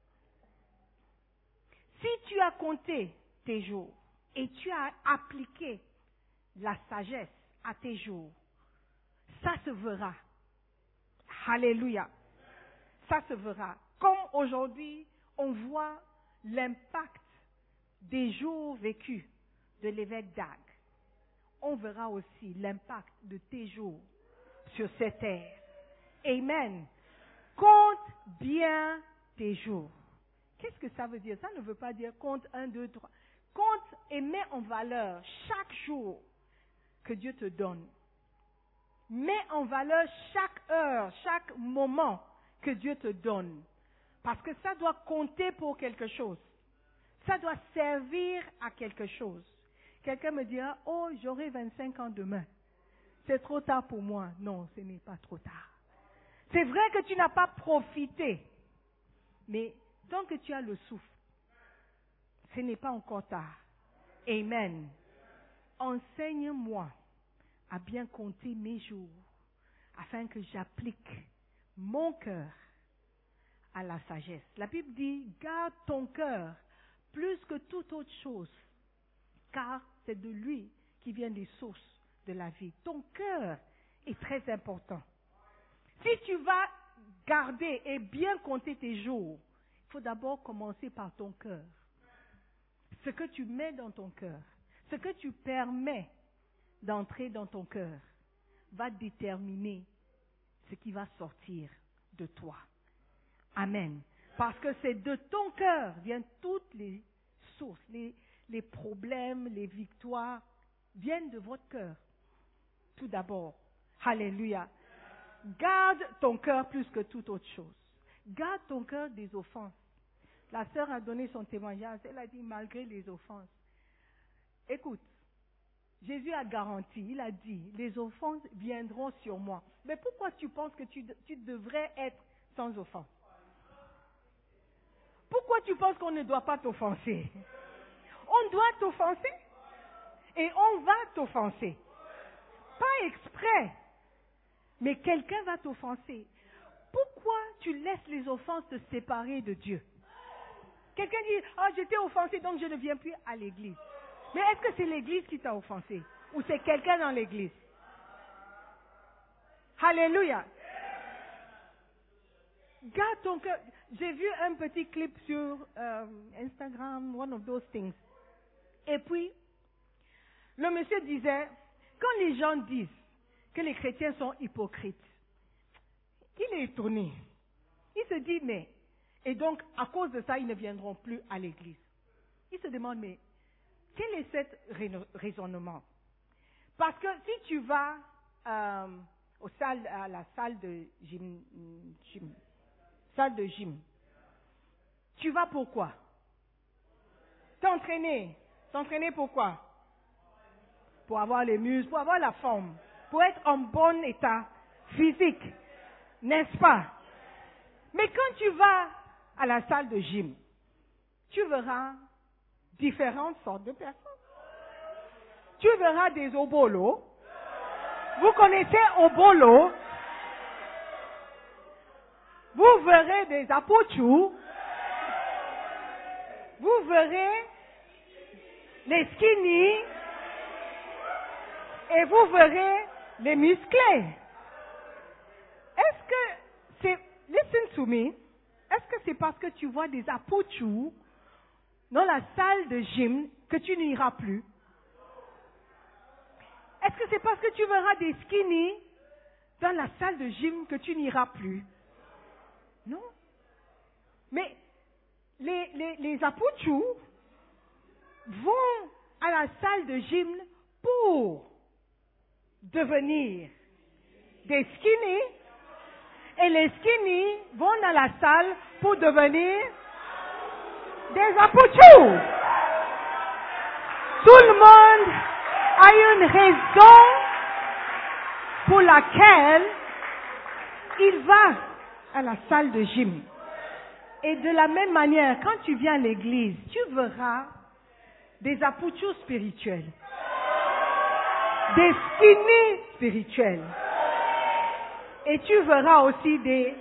Si tu as compté tes jours et tu as appliqué la sagesse à tes jours, ça se verra. Alléluia. Ça se verra. Comme aujourd'hui, on voit l'impact des jours vécus de l'évêque Dag. On verra aussi l'impact de tes jours sur cette terre. Amen. Compte bien tes jours. Qu'est-ce que ça veut dire? Ça ne veut pas dire compte 1, 2, 3. Compte et mets en valeur chaque jour que Dieu te donne. Mets en valeur chaque heure, chaque moment que Dieu te donne. Parce que ça doit compter pour quelque chose. Ça doit servir à quelque chose. Quelqu'un me dira, oh, j'aurai 25 ans demain. C'est trop tard pour moi. Non, ce n'est pas trop tard. C'est vrai que tu n'as pas profité. Mais tant que tu as le souffle, ce n'est pas encore tard. Amen. Enseigne-moi à bien compter mes jours afin que j'applique mon cœur à la sagesse. La Bible dit, garde ton cœur plus que toute autre chose, car c'est de lui qui viennent les sources de la vie. Ton cœur est très important. Si tu vas garder et bien compter tes jours, il faut d'abord commencer par ton cœur. Ce que tu mets dans ton cœur, ce que tu permets d'entrer dans ton cœur, va déterminer ce qui va sortir de toi. Amen. Parce que c'est de ton cœur viennent toutes les sources, les problèmes, les victoires, viennent de votre cœur. Tout d'abord. Alléluia. Garde ton cœur plus que toute autre chose. Garde ton cœur des offenses. La sœur a donné son témoignage. Elle a dit, malgré les offenses. Écoute, Jésus a garanti, il a dit, les offenses viendront sur moi. Mais pourquoi tu penses que tu devrais être sans offense? Pourquoi tu penses qu'on ne doit pas t'offenser? On doit t'offenser. Et on va t'offenser. Pas exprès. Mais quelqu'un va t'offenser. Pourquoi tu laisses les offenses te séparer de Dieu. Quelqu'un dit, j'étais offensé, donc je ne viens plus à l'église. Mais est-ce que c'est l'église qui t'a offensé? Ou c'est quelqu'un dans l'église? Alléluia. Garde ton cœur. J'ai vu un petit clip sur Instagram, one of those things. Et puis, le monsieur disait, quand les gens disent que les chrétiens sont hypocrites, il est étonné. Il se dit, mais, et donc, à cause de ça, ils ne viendront plus à l'église. Il se demande, mais, quel est ce raisonnement? Parce que si tu vas à la salle de gym, tu vas pourquoi? T'entraîner. T'entraîner pourquoi? Pour avoir les muscles, pour avoir la forme, pour être en bon état physique, n'est-ce pas? Mais quand tu vas à la salle de gym, tu verras différentes sortes de personnes. Tu verras des obolos. Vous connaissez obolo? Vous verrez des apochous. Vous verrez les skinny. Et vous verrez les musclés. Est-ce que c'est, listen to me, est-ce que c'est parce que tu vois des apochous dans la salle de gym que tu n'iras plus? Est-ce que c'est parce que tu verras des skinny dans la salle de gym que tu n'iras plus? Non. Mais les apochous vont à la salle de gym pour devenir des skinny, et les skinny vont dans la salle pour devenir des apochous. Tout le monde a une raison pour laquelle il va à la salle de gym. Et de la même manière, quand tu viens à l'église, tu verras des apochous spirituels, des skinny spirituels. Et tu verras aussi des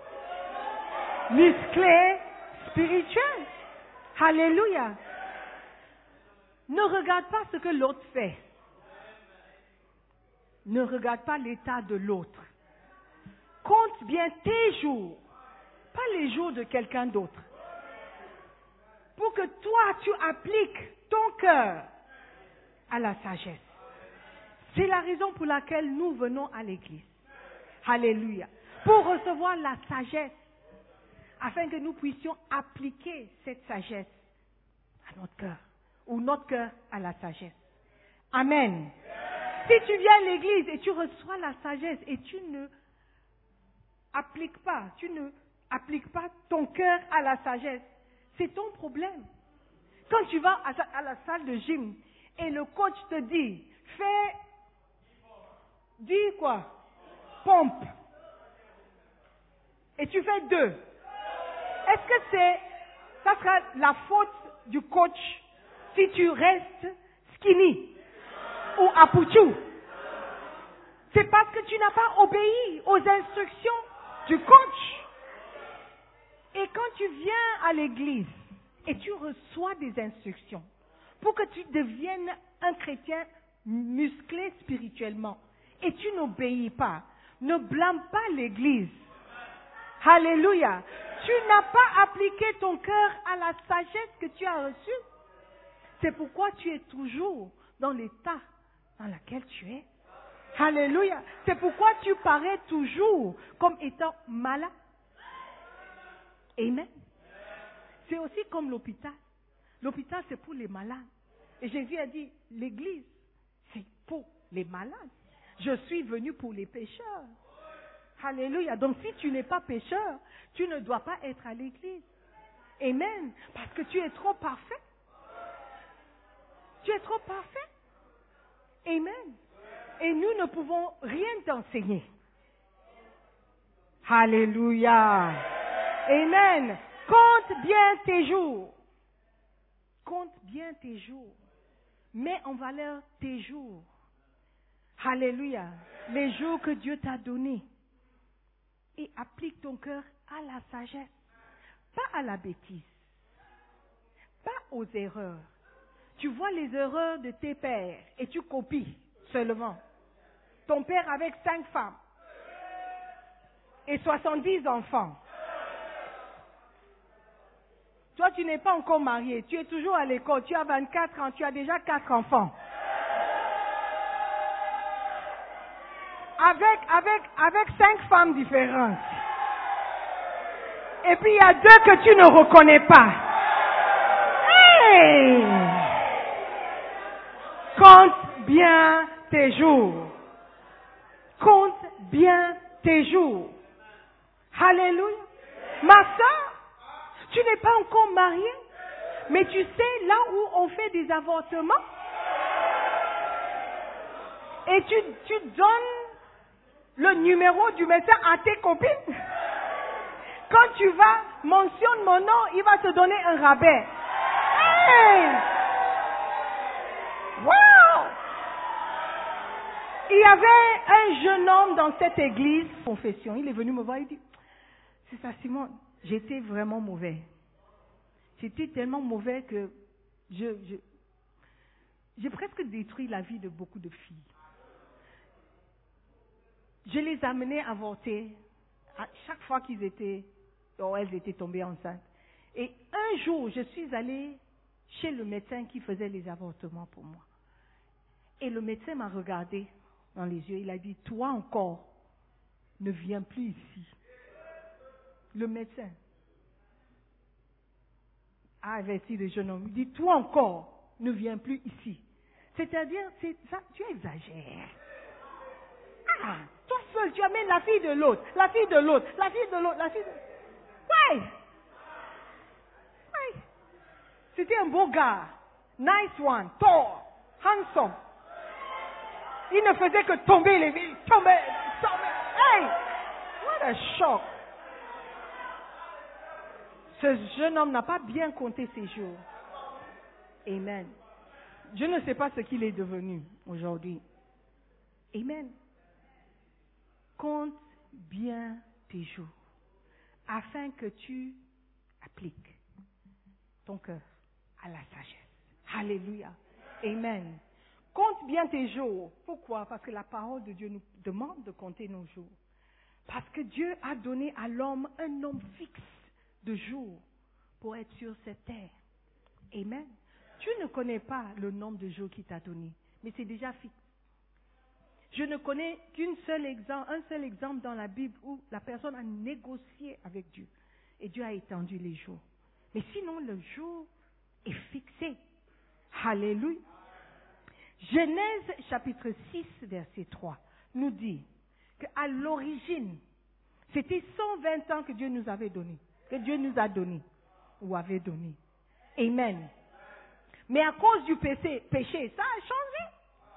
musclés spirituels. Alléluia. Ne regarde pas ce que l'autre fait. Ne regarde pas l'état de l'autre. Compte bien tes jours, pas les jours de quelqu'un d'autre. Pour que toi, tu appliques ton cœur à la sagesse. C'est la raison pour laquelle nous venons à l'église. Alléluia. Pour recevoir la sagesse, afin que nous puissions appliquer cette sagesse à notre cœur, ou notre cœur à la sagesse. Amen. Si tu viens à l'église et tu reçois la sagesse et tu ne appliques pas ton cœur à la sagesse, c'est ton problème. Quand tu vas à la salle de gym et le coach te dit, dis quoi? Pompe. Et tu fais 2. Est-ce que ça sera la faute du coach si tu restes skinny ou apuchou? C'est parce que tu n'as pas obéi aux instructions du coach. Et quand tu viens à l'église et tu reçois des instructions pour que tu deviennes un chrétien musclé spirituellement et tu n'obéis pas, ne blâme pas l'église. Alléluia. Tu n'as pas appliqué ton cœur à la sagesse que tu as reçue. C'est pourquoi tu es toujours dans l'état dans lequel tu es. Alléluia. C'est pourquoi tu parais toujours comme étant malade. Amen. C'est aussi comme l'hôpital. L'hôpital, c'est pour les malades. Et Jésus a dit, l'église, c'est pour les malades. Je suis venu pour les pécheurs. Alléluia. Donc si tu n'es pas pécheur, tu ne dois pas être à l'église. Amen. Parce que tu es trop parfait. Tu es trop parfait. Amen. Et nous ne pouvons rien t'enseigner. Alléluia. Amen. Compte bien tes jours. Compte bien tes jours. Mets en valeur tes jours. Alléluia. Les jours que Dieu t'a donnés. Et applique ton cœur à la sagesse, pas à la bêtise, pas aux erreurs. Tu vois les erreurs de tes pères et tu copies seulement. Ton père avec 5 femmes et 70 enfants. Toi, tu n'es pas encore marié, tu es toujours à l'école, tu as 24 ans, tu as déjà 4 enfants. Avec 5 femmes différentes. Et puis il y a 2 que tu ne reconnais pas. Hey! Compte bien tes jours. Compte bien tes jours. Alléluia. Ma soeur, tu n'es pas encore mariée, mais tu sais là où on fait des avortements et tu donnes le numéro du médecin à tes copines. Quand tu vas, mentionne mon nom, il va te donner un rabais. Hey! Wow! Il y avait un jeune homme dans cette église, confession, il est venu me voir, il dit, c'est ça Simon, j'étais vraiment mauvais. J'étais tellement mauvais que j'ai presque détruit la vie de beaucoup de filles. Je les amenais à avorter à chaque fois elles étaient tombées enceintes. Et un jour, je suis allée chez le médecin qui faisait les avortements pour moi. Et le médecin m'a regardé dans les yeux, il a dit, toi encore, ne viens plus ici. Le médecin a averti le jeune homme, il dit, toi encore, ne viens plus ici. C'est-à-dire, ça, tu exagères. Ah, toi seul, tu amènes la fille de l'autre, la fille de l'autre, la fille de l'autre, la fille de... Ouais! Ouais! C'était un beau gars. Nice one, tall, handsome. Il ne faisait que tomber les filles, tomber. Hey! What a shock! Ce jeune homme n'a pas bien compté ses jours. Amen. Je ne sais pas ce qu'il est devenu aujourd'hui. Amen. Compte bien tes jours, afin que tu appliques ton cœur à la sagesse. Alléluia. Amen. Compte bien tes jours. Pourquoi? Parce que la parole de Dieu nous demande de compter nos jours. Parce que Dieu a donné à l'homme un nombre fixe de jours pour être sur cette terre. Amen. Tu ne connais pas le nombre de jours qu'il t'a donné, mais c'est déjà fixe. Je ne connais un seul exemple dans la Bible où la personne a négocié avec Dieu et Dieu a étendu les jours. Mais sinon, le jour est fixé. Alléluia. Genèse chapitre 6, verset 3 nous dit qu'à l'origine, c'était 120 ans que Dieu nous avait donné, que Dieu nous a donné ou avait donné. Amen. Mais à cause du péché, ça a changé.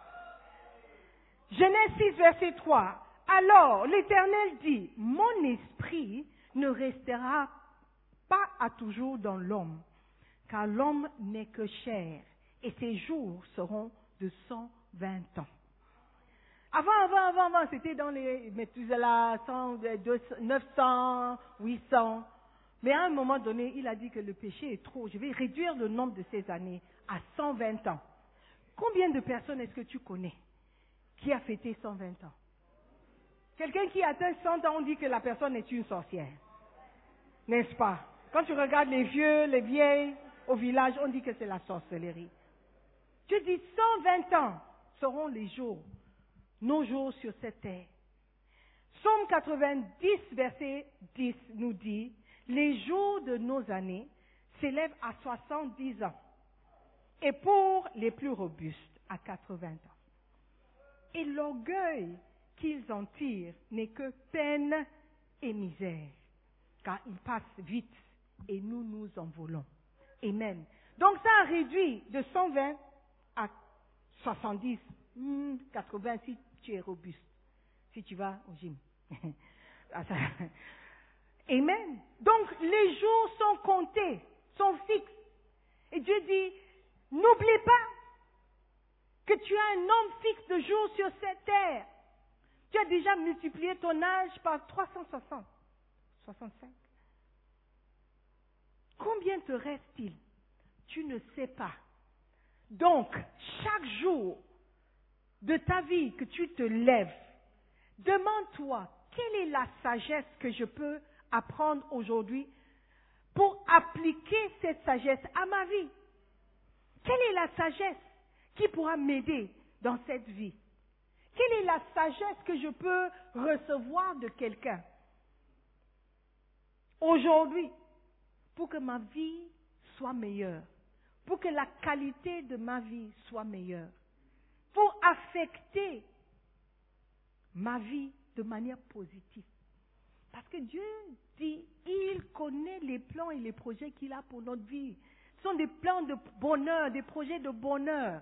Genèse 6, verset 3. Alors, l'Éternel dit, mon esprit ne restera pas à toujours dans l'homme, car l'homme n'est que chair, et ses jours seront de 120 ans. Avant, c'était dans les Methuselah, 900, 800. Mais à un moment donné, il a dit que le péché est trop. Je vais réduire le nombre de ces années à 120 ans. Combien de personnes est-ce que tu connais qui a fêté 120 ans? Quelqu'un qui atteint 100 ans, on dit que la personne est une sorcière. N'est-ce pas? Quand tu regardes les vieux, les vieilles au village, on dit que c'est la sorcellerie. Dieu dit 120 ans seront les jours, nos jours sur cette terre. Psaume 90, verset 10 nous dit, les jours de nos années s'élèvent à 70 ans, et pour les plus robustes, à 80 ans. Et l'orgueil qu'ils en tirent n'est que peine et misère, car ils passent vite et nous nous envolons. Amen. Donc ça a réduit de 120 à 70, 80 si tu es robuste, si tu vas au gym. Amen. Donc les jours sont comptés, sont fixes. Et Dieu dit, n'oublie pas que tu as un nombre fixe de jours sur cette terre. Tu as déjà multiplié ton âge par 360. 65. Combien te reste-t-il? Tu ne sais pas. Donc, chaque jour de ta vie que tu te lèves, demande-toi, quelle est la sagesse que je peux apprendre aujourd'hui pour appliquer cette sagesse à ma vie? Quelle est la sagesse qui pourra m'aider dans cette vie? Quelle est la sagesse que je peux recevoir de quelqu'un aujourd'hui pour que ma vie soit meilleure, pour que la qualité de ma vie soit meilleure, pour affecter ma vie de manière positive? Parce que Dieu dit, il connaît les plans et les projets qu'il a pour notre vie. Ce sont des plans de bonheur, des projets de bonheur.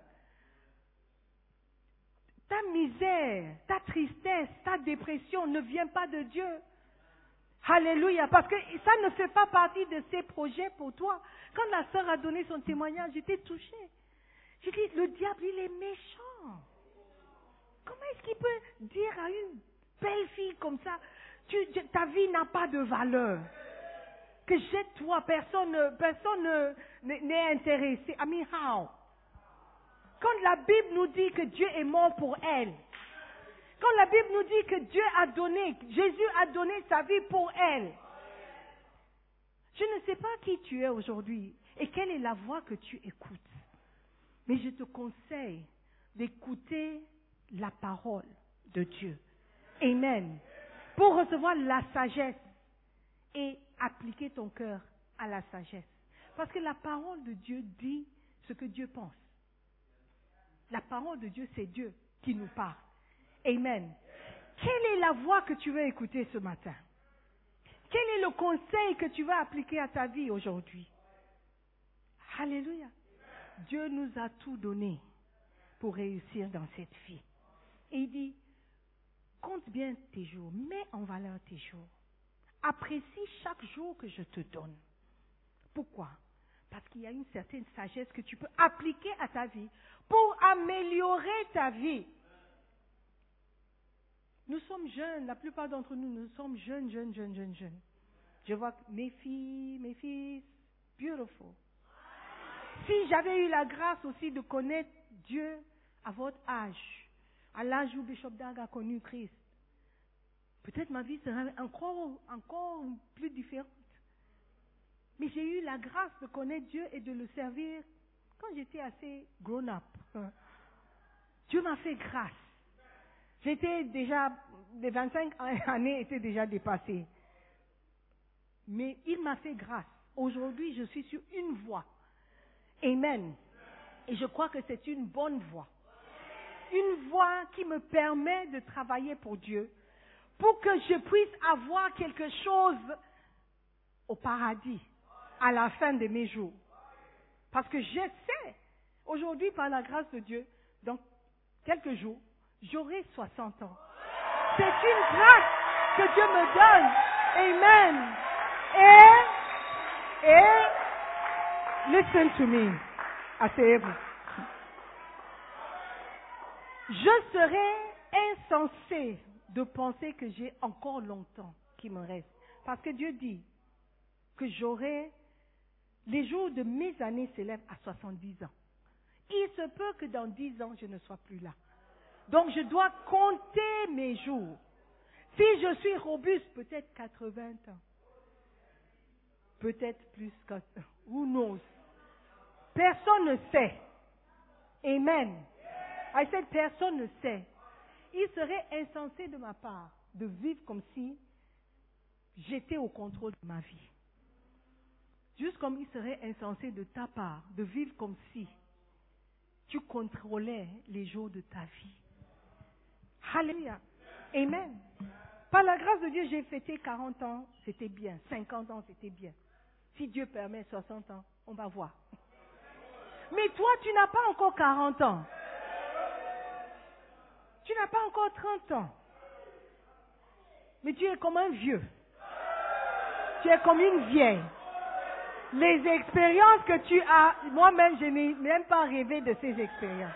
Ta misère, ta tristesse, ta dépression ne vient pas de Dieu. Alléluia, parce que ça ne fait pas partie de ses projets pour toi. Quand la sœur a donné son témoignage, j'étais touchée. J'ai dit, le diable, il est méchant. Comment est-ce qu'il peut dire à une belle fille comme ça, ta vie n'a pas de valeur, que jette-toi, personne n'est intéressé. I mean, how? Quand la Bible nous dit que Dieu est mort pour elle, quand la Bible nous dit que Jésus a donné sa vie pour elle, je ne sais pas qui tu es aujourd'hui et quelle est la voix que tu écoutes, mais je te conseille d'écouter la parole de Dieu. Amen. Pour recevoir la sagesse et appliquer ton cœur à la sagesse. Parce que la parole de Dieu dit ce que Dieu pense. La parole de Dieu, c'est Dieu qui nous parle. Amen. Quelle est la voix que tu veux écouter ce matin? Quel est le conseil que tu veux appliquer à ta vie aujourd'hui? Alléluia. Dieu nous a tout donné pour réussir dans cette vie. Et il dit, compte bien tes jours, mets en valeur tes jours. Apprécie chaque jour que je te donne. Pourquoi? Parce qu'il y a une certaine sagesse que tu peux appliquer à ta vie pour améliorer ta vie. Nous sommes jeunes, la plupart d'entre nous, nous sommes jeunes. Je vois mes filles, mes fils, beautiful. Si j'avais eu la grâce aussi de connaître Dieu à votre âge, à l'âge où Bishop Dag a connu Christ, peut-être ma vie serait encore plus différente. Mais j'ai eu la grâce de connaître Dieu et de le servir quand j'étais assez grown-up. Dieu m'a fait grâce. J'étais déjà, les 25 années étaient déjà dépassées. Mais il m'a fait grâce. Aujourd'hui, je suis sur une voie. Amen. Et je crois que c'est une bonne voie. Une voie qui me permet de travailler pour Dieu, pour que je puisse avoir quelque chose au paradis à la fin de mes jours. Parce que je sais, aujourd'hui, par la grâce de Dieu, dans quelques jours, j'aurai 60 ans. C'est une grâce que Dieu me donne. Amen. Et listen to me. Asseyez-vous. Je serais insensé de penser que j'ai encore longtemps qui me reste. Parce que Dieu dit que les jours de mes années s'élèvent à 70 ans. Il se peut que dans 10 ans, je ne sois plus là. Donc je dois compter mes jours. Si je suis robuste, peut-être 80 ans. Peut-être plus que... Who knows? Personne ne sait. Amen. I said, personne ne sait. Il serait insensé de ma part de vivre comme si j'étais au contrôle de ma vie. Juste comme il serait insensé de ta part de vivre comme si tu contrôlais les jours de ta vie. Alléluia. Amen. Par la grâce de Dieu, j'ai fêté 40 ans, c'était bien. 50 ans, c'était bien. Si Dieu permet 60 ans, on va voir. Mais toi, tu n'as pas encore 40 ans. Tu n'as pas encore 30 ans. Mais tu es comme un vieux. Tu es comme une vieille. Les expériences que tu as, moi-même, je n'ai même pas rêvé de ces expériences.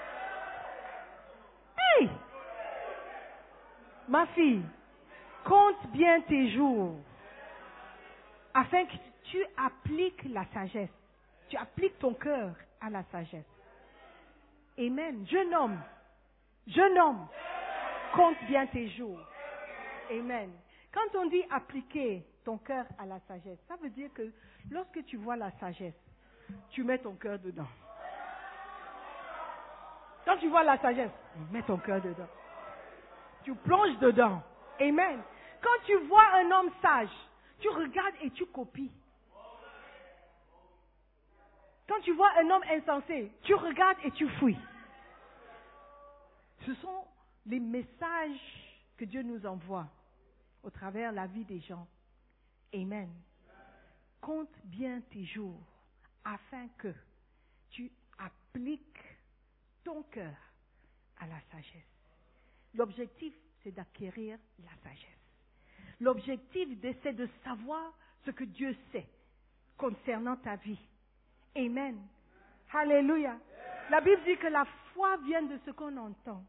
Hey! Ma fille, compte bien tes jours. afin que tu appliques la sagesse. Tu appliques ton cœur à la sagesse. Amen. Jeune homme, compte bien tes jours. Amen. Quand on dit appliquer ton cœur à la sagesse, ça veut dire que lorsque tu vois la sagesse, tu mets ton cœur dedans. Quand tu vois la sagesse, mets ton cœur dedans. Tu plonges dedans. Amen. Quand tu vois un homme sage, tu regardes et tu copies. Quand tu vois un homme insensé, tu regardes et tu fuis. Ce sont les messages que Dieu nous envoie au travers de la vie des gens. Amen. Compte bien tes jours afin que tu appliques ton cœur à la sagesse. L'objectif, c'est d'acquérir la sagesse. L'objectif, c'est de savoir ce que Dieu sait concernant ta vie. Amen. Alléluia. La Bible dit que la foi vient de ce qu'on entend.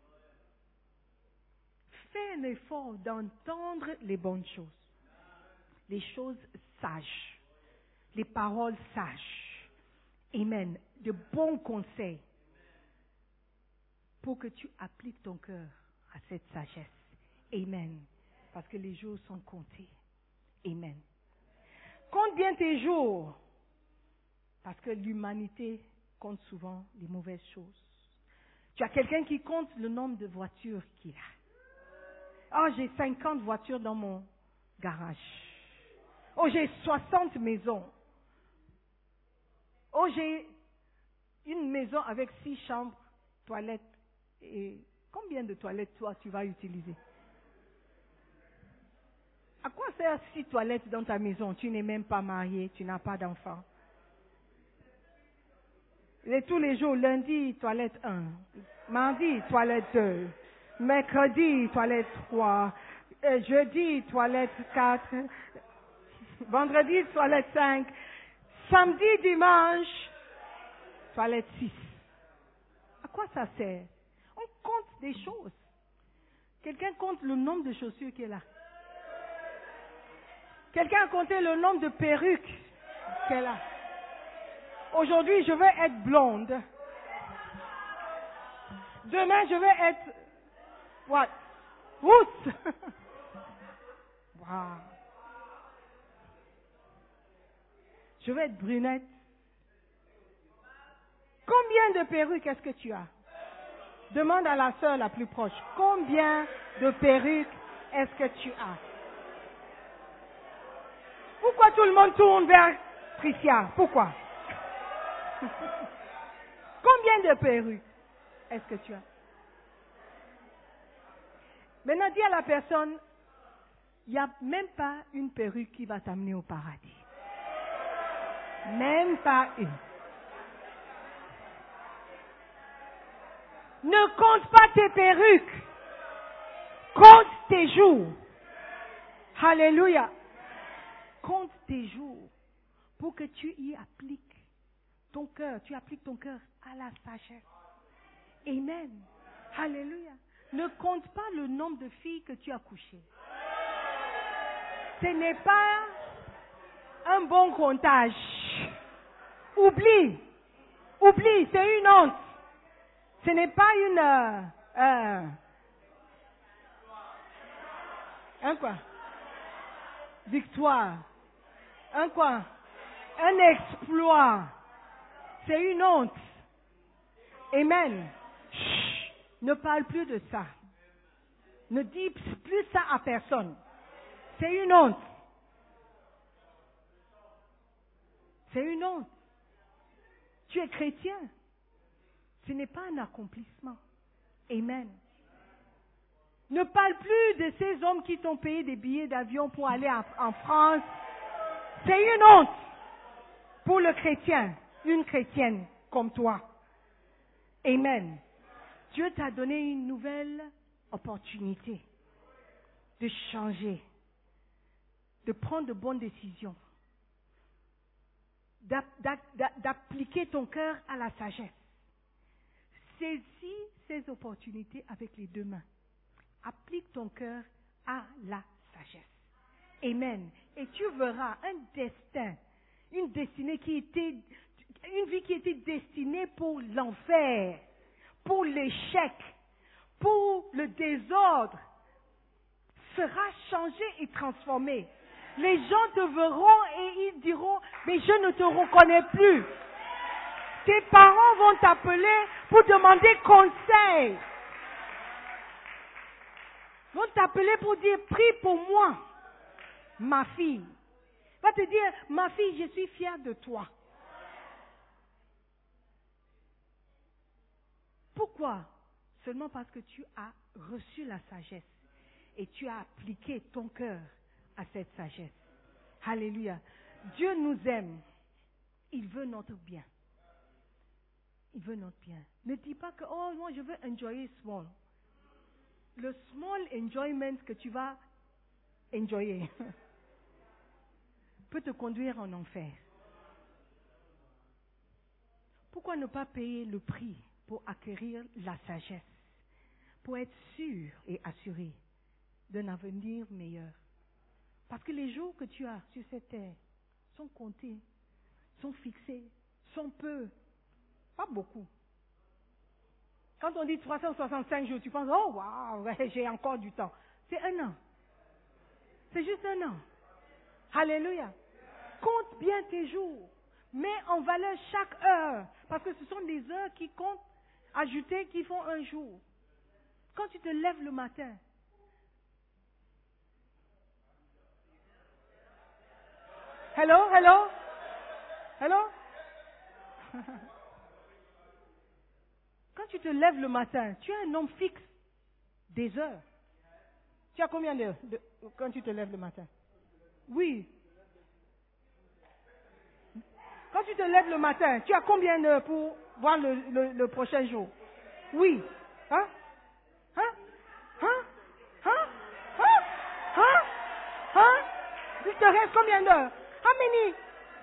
Fais un effort d'entendre les bonnes choses, les choses sages, les paroles sages. Amen. De bons conseils pour que tu appliques ton cœur à cette sagesse. Amen. Parce que les jours sont comptés. Amen. Compte bien tes jours. Parce que l'humanité compte souvent les mauvaises choses. Tu as quelqu'un qui compte le nombre de voitures qu'il a. Oh, j'ai 50 voitures dans mon garage. Oh, j'ai 60 maisons. Oh, j'ai une maison avec 6 chambres, toilettes. Et combien de toilettes, toi, tu vas utiliser? À quoi sert 6 toilettes dans ta maison? Tu n'es même pas marié, tu n'as pas d'enfant. Et tous les jours, lundi, toilette 1. Mardi, toilette 2. Mercredi, toilette 3. Jeudi, toilette 4. Vendredi, toilette 5. Samedi, dimanche, toilette 6. À quoi ça sert? On compte des choses. Quelqu'un compte le nombre de chaussures qu'elle a. Quelqu'un a compté le nombre de perruques qu'elle a. Aujourd'hui, je veux être blonde. Demain, je veux être what? Rousse. Wow. Je veux être brunette. Combien de perruques est-ce que tu as? Demande à la sœur la plus proche. Combien de perruques est-ce que tu as? Pourquoi tout le monde tourne vers Tricia? Pourquoi? Combien de perruques est-ce que tu as? Maintenant, dis à la personne, il n'y a même pas une perruque qui va t'amener au paradis. Même pas une. Ne compte pas tes perruques. Compte tes jours. Alléluia. Compte tes jours pour que tu y appliques ton cœur. Tu appliques ton cœur à la sagesse. Amen. Alléluia. Ne compte pas le nombre de filles que tu as couchées. Ce n'est pas un bon comptage. Oublie. Oublie, c'est une honte. Ce n'est pas un quoi? Victoire. Un quoi? Un exploit. C'est une honte. Amen. Chut, ne parle plus de ça. Ne dis plus ça à personne. C'est une honte. C'est une honte. Tu es chrétien. Ce n'est pas un accomplissement. Amen. Ne parle plus de ces hommes qui t'ont payé des billets d'avion pour aller en France. C'est une honte pour le chrétien, une chrétienne comme toi. Amen. Dieu t'a donné une nouvelle opportunité de changer, de prendre de bonnes décisions, d'appliquer ton cœur à la sagesse. Saisis ces opportunités avec les deux mains. Applique ton cœur à la sagesse. Amen. Et tu verras un destin, une destinée une vie qui était destinée pour l'enfer, pour l'échec, pour le désordre, sera changée et transformée. Les gens te verront et ils diront, mais je ne te reconnais plus. Tes parents vont t'appeler pour demander conseil. Vont t'appeler pour dire, prie pour moi, ma fille. Va te dire, ma fille, je suis fière de toi. Pourquoi? Seulement parce que tu as reçu la sagesse et tu as appliqué ton cœur à cette sagesse. Alléluia. Dieu nous aime. Il veut notre bien. Il veut notre bien. Ne dis pas que, oh, moi je veux enjoyer small. Le small enjoyment que tu vas enjoyer peut te conduire en enfer. Pourquoi ne pas payer le prix pour acquérir la sagesse, pour être sûr et assuré d'un avenir meilleur? Parce que les jours que tu as sur cette terre sont comptés, sont fixés, sont peu, pas beaucoup. Quand on dit 365 jours, tu penses, oh waouh, j'ai encore du temps. C'est un an. C'est juste un an. Alléluia. Compte bien tes jours. Mets en valeur chaque heure. Parce que ce sont des heures qui comptent, ajoutées, qui font un jour. Quand tu te lèves le matin, hello, hello, hello. Quand tu te lèves le matin, tu as un nombre fixe des heures. Tu as combien d'heures quand tu te lèves le matin? Oui. Quand tu te lèves le matin, tu as combien d'heures pour voir le prochain jour? Oui. Hein? Hein? Hein? Hein? Hein? Hein? Hein? Il te reste combien d'heures? How many?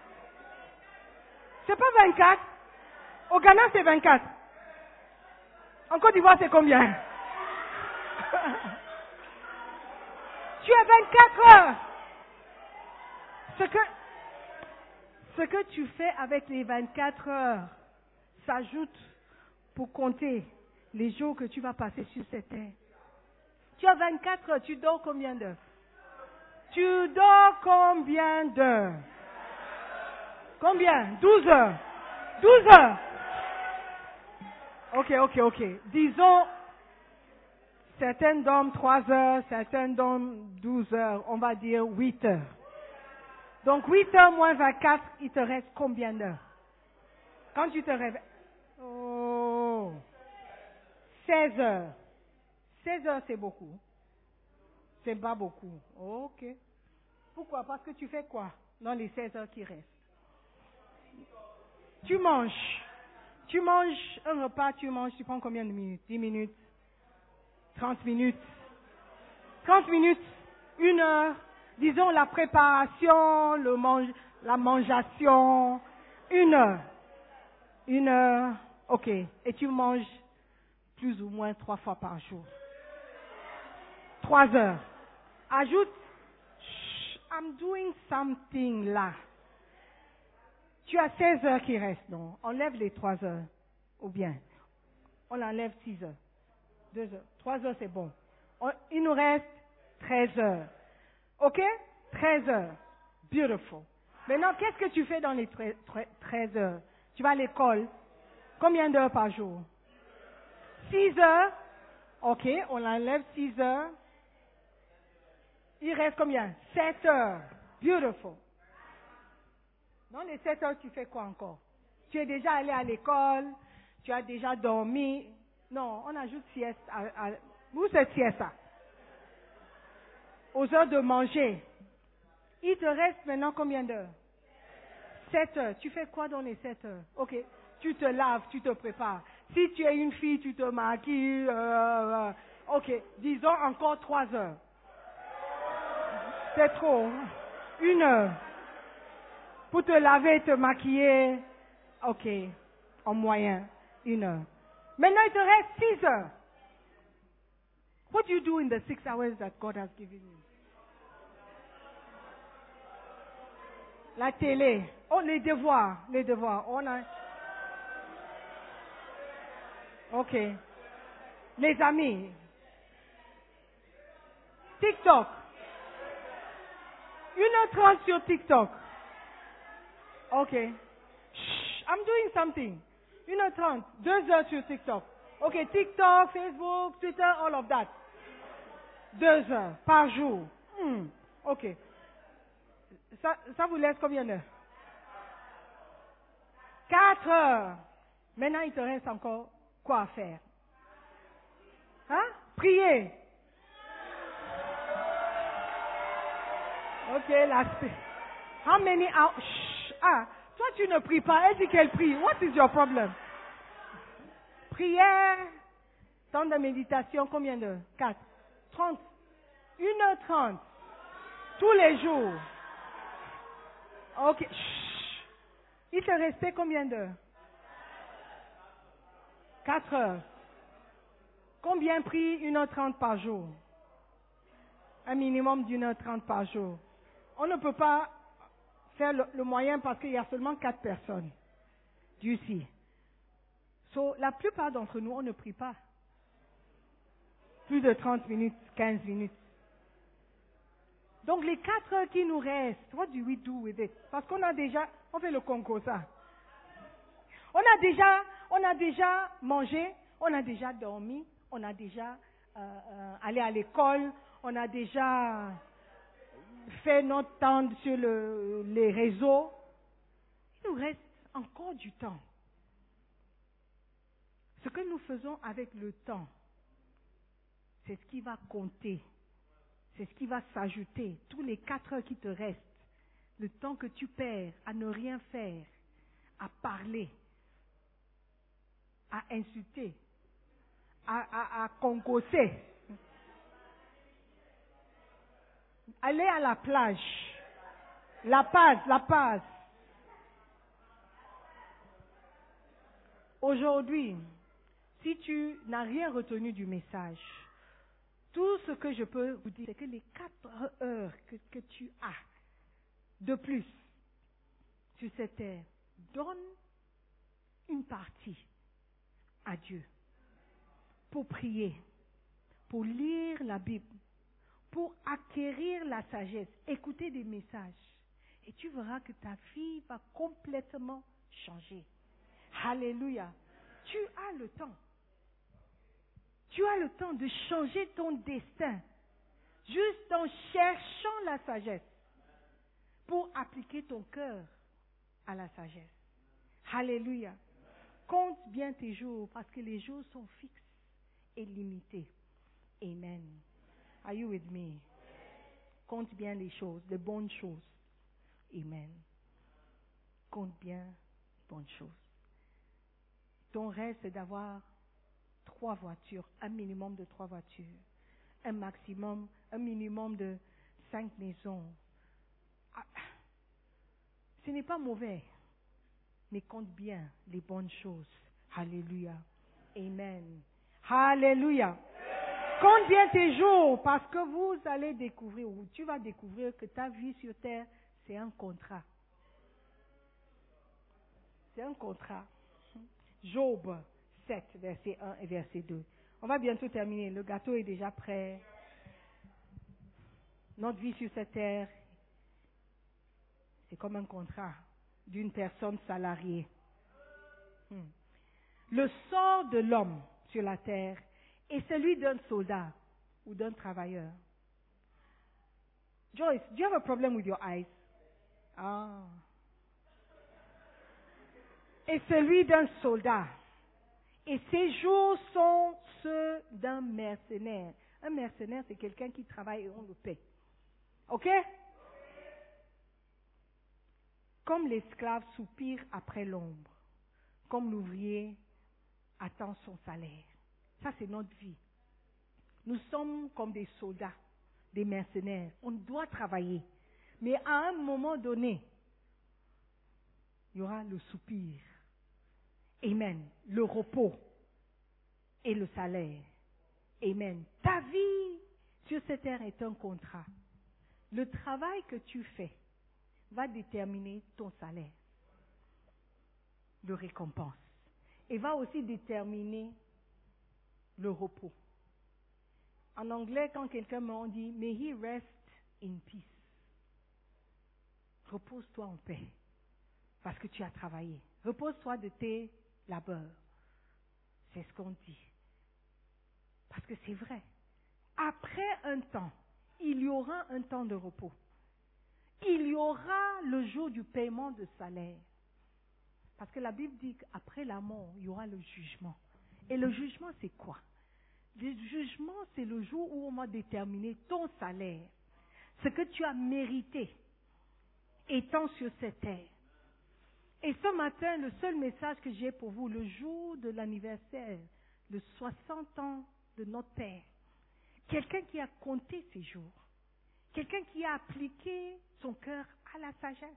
C'est pas 24. Au Ghana, c'est 24. En Côte d'Ivoire, c'est combien? Tu as 24 heures. Ce que tu fais avec les 24 heures s'ajoute pour compter les jours que tu vas passer sur cette terre. Tu as 24 heures, tu dors combien d'heures? Tu dors combien d'heures? Combien? 12 heures. 12 heures. Ok. Disons, certains dorment 3 heures, certains dorment 12 heures. On va dire 8 heures. Donc 8 heures moins 24, il te reste combien d'heures? Quand tu te réveilles... Oh, 16 heures. 16 heures, c'est beaucoup. C'est pas beaucoup. Ok. Pourquoi? Parce que tu fais quoi dans les 16 heures qui restent? Tu manges. Tu manges un repas, tu prends combien de minutes? 10 minutes? 30 minutes? 30 minutes? 1 heure? Disons la préparation, la mangeation. 1 heure. 1 heure. Ok. Et tu manges plus ou moins 3 fois par jour. 3 heures. Ajoute, I'm doing something là. Tu as 16 heures qui restent, non? Enlève les 3 heures. Ou bien, on enlève 6 heures. 2 heures. 3 heures, c'est bon. Il nous reste 13 heures. Ok? 13 heures. Beautiful. Maintenant, qu'est-ce que tu fais dans les 13 heures? Tu vas à l'école. Combien d'heures par jour? 6 heures. Ok, on enlève 6 heures. Il reste combien? 7 heures. Beautiful. Dans les 7 heures, tu fais quoi encore? Tu es déjà allé à l'école, tu as déjà dormi. Non, on ajoute sieste. Où c'est sieste? Aux heures de manger. Il te reste maintenant combien d'heures? 7 heures. Tu fais quoi dans les 7 heures? Ok. Tu te laves, tu te prépares. Si tu es une fille, tu te maquilles. Ok. Disons encore 3 heures. C'est trop. 1 heure. Pour te laver, te maquiller. Ok. En moyen. 1 heure. Maintenant, il te reste 6 heures. What do you do in the 6 hours that God has given you? La télé. Oh, les devoirs. Les devoirs. On a... Ok. Les amis. TikTok. 1h30 sur TikTok. Ok. Shh, I'm doing something. 1h30. 2 heures sur TikTok. Ok, TikTok, Facebook, Twitter, all of that. 2 heures par jour. Ok. Ça vous laisse combien d'heures? 4 heures. Maintenant, il te reste encore quoi à faire? Hein? Prier. Ok, l'aspect. How many hours? Shh. Ah, toi tu ne pries pas. Elle dit qu'elle prie. What is your problem? Prière. Temps de méditation, combien d'heures? 4. 30. 1h30. Tous les jours. Ok. Chut. Il te restait combien d'heures? 4 heures. Combien prie 1h30 par jour? Un minimum d'1h30 par jour. On ne peut pas faire le moyen parce qu'il y a seulement 4 personnes. Dieu sait. So, la plupart d'entre nous, on ne prie pas. Plus de 30 minutes, 15 minutes. Donc les 4 heures qui nous restent, what do we do with it? Parce qu'on a déjà, on fait le concours ça. On a déjà mangé, on a déjà dormi, on a déjà allé à l'école, on a déjà fait notre temps sur les réseaux. Il nous reste encore du temps. Ce que nous faisons avec le temps, c'est ce qui va compter. C'est ce qui va s'ajouter. Tous les 4 heures qui te restent, le temps que tu perds à ne rien faire, à parler, à insulter, à concosser, aller à la plage, la paz. Aujourd'hui, si tu n'as rien retenu du message, tout ce que je peux vous dire, c'est que les 4 heures que tu as de plus sur cette terre, donne une partie à Dieu pour prier, pour lire la Bible, pour acquérir la sagesse, écouter des messages. Et tu verras que ta vie va complètement changer. Alléluia. Tu as le temps. Tu as le temps de changer ton destin juste en cherchant la sagesse pour appliquer ton cœur à la sagesse. Alléluia. Compte bien tes jours parce que les jours sont fixes et limités. Amen. Are you with me? Compte bien les choses, les bonnes choses. Amen. Compte bien les bonnes choses. Ton rêve, c'est d'avoir 3 voitures, un minimum de 3 voitures, un minimum de 5 maisons. Ce n'est pas mauvais, mais compte bien les bonnes choses. Alléluia. Amen. Alléluia. Compte bien tes jours parce que vous allez découvrir, ou tu vas découvrir que ta vie sur terre, c'est un contrat. C'est un contrat. Job 7, verset 1 et verset 2. On va bientôt terminer. Le gâteau est déjà prêt. Notre vie sur cette terre, c'est comme un contrat d'une personne salariée. Le sort de l'homme sur la terre est celui d'un soldat ou d'un travailleur. Joyce, do you have a problem with your eyes? Ah. Et celui d'un soldat. Et ces jours sont ceux d'un mercenaire. Un mercenaire, c'est quelqu'un qui travaille et on le paie. OK? Comme l'esclave soupire après l'ombre, comme l'ouvrier attend son salaire. Ça, c'est notre vie. Nous sommes comme des soldats, des mercenaires. On doit travailler. Mais à un moment donné, il y aura le soupir. Amen. Le repos et le salaire. Amen. Ta vie sur cette terre est un contrat. Le travail que tu fais va déterminer ton salaire de récompense et va aussi déterminer le repos. En anglais, quand quelqu'un me dit « May he rest in peace », repose-toi en paix parce que tu as travaillé. Repose-toi de tes labeurs. C'est ce qu'on dit. Parce que c'est vrai. Après un temps, il y aura un temps de repos. Il y aura le jour du paiement de salaire. Parce que la Bible dit qu'après la mort, il y aura le jugement. Et le jugement, c'est quoi? Le jugement, c'est le jour où on va déterminer ton salaire, ce que tu as mérité étant sur cette terre. Et ce matin, le seul message que j'ai pour vous, le jour de l'anniversaire, de 60 ans de notre Père, quelqu'un qui a compté ses jours, quelqu'un qui a appliqué son cœur à la sagesse.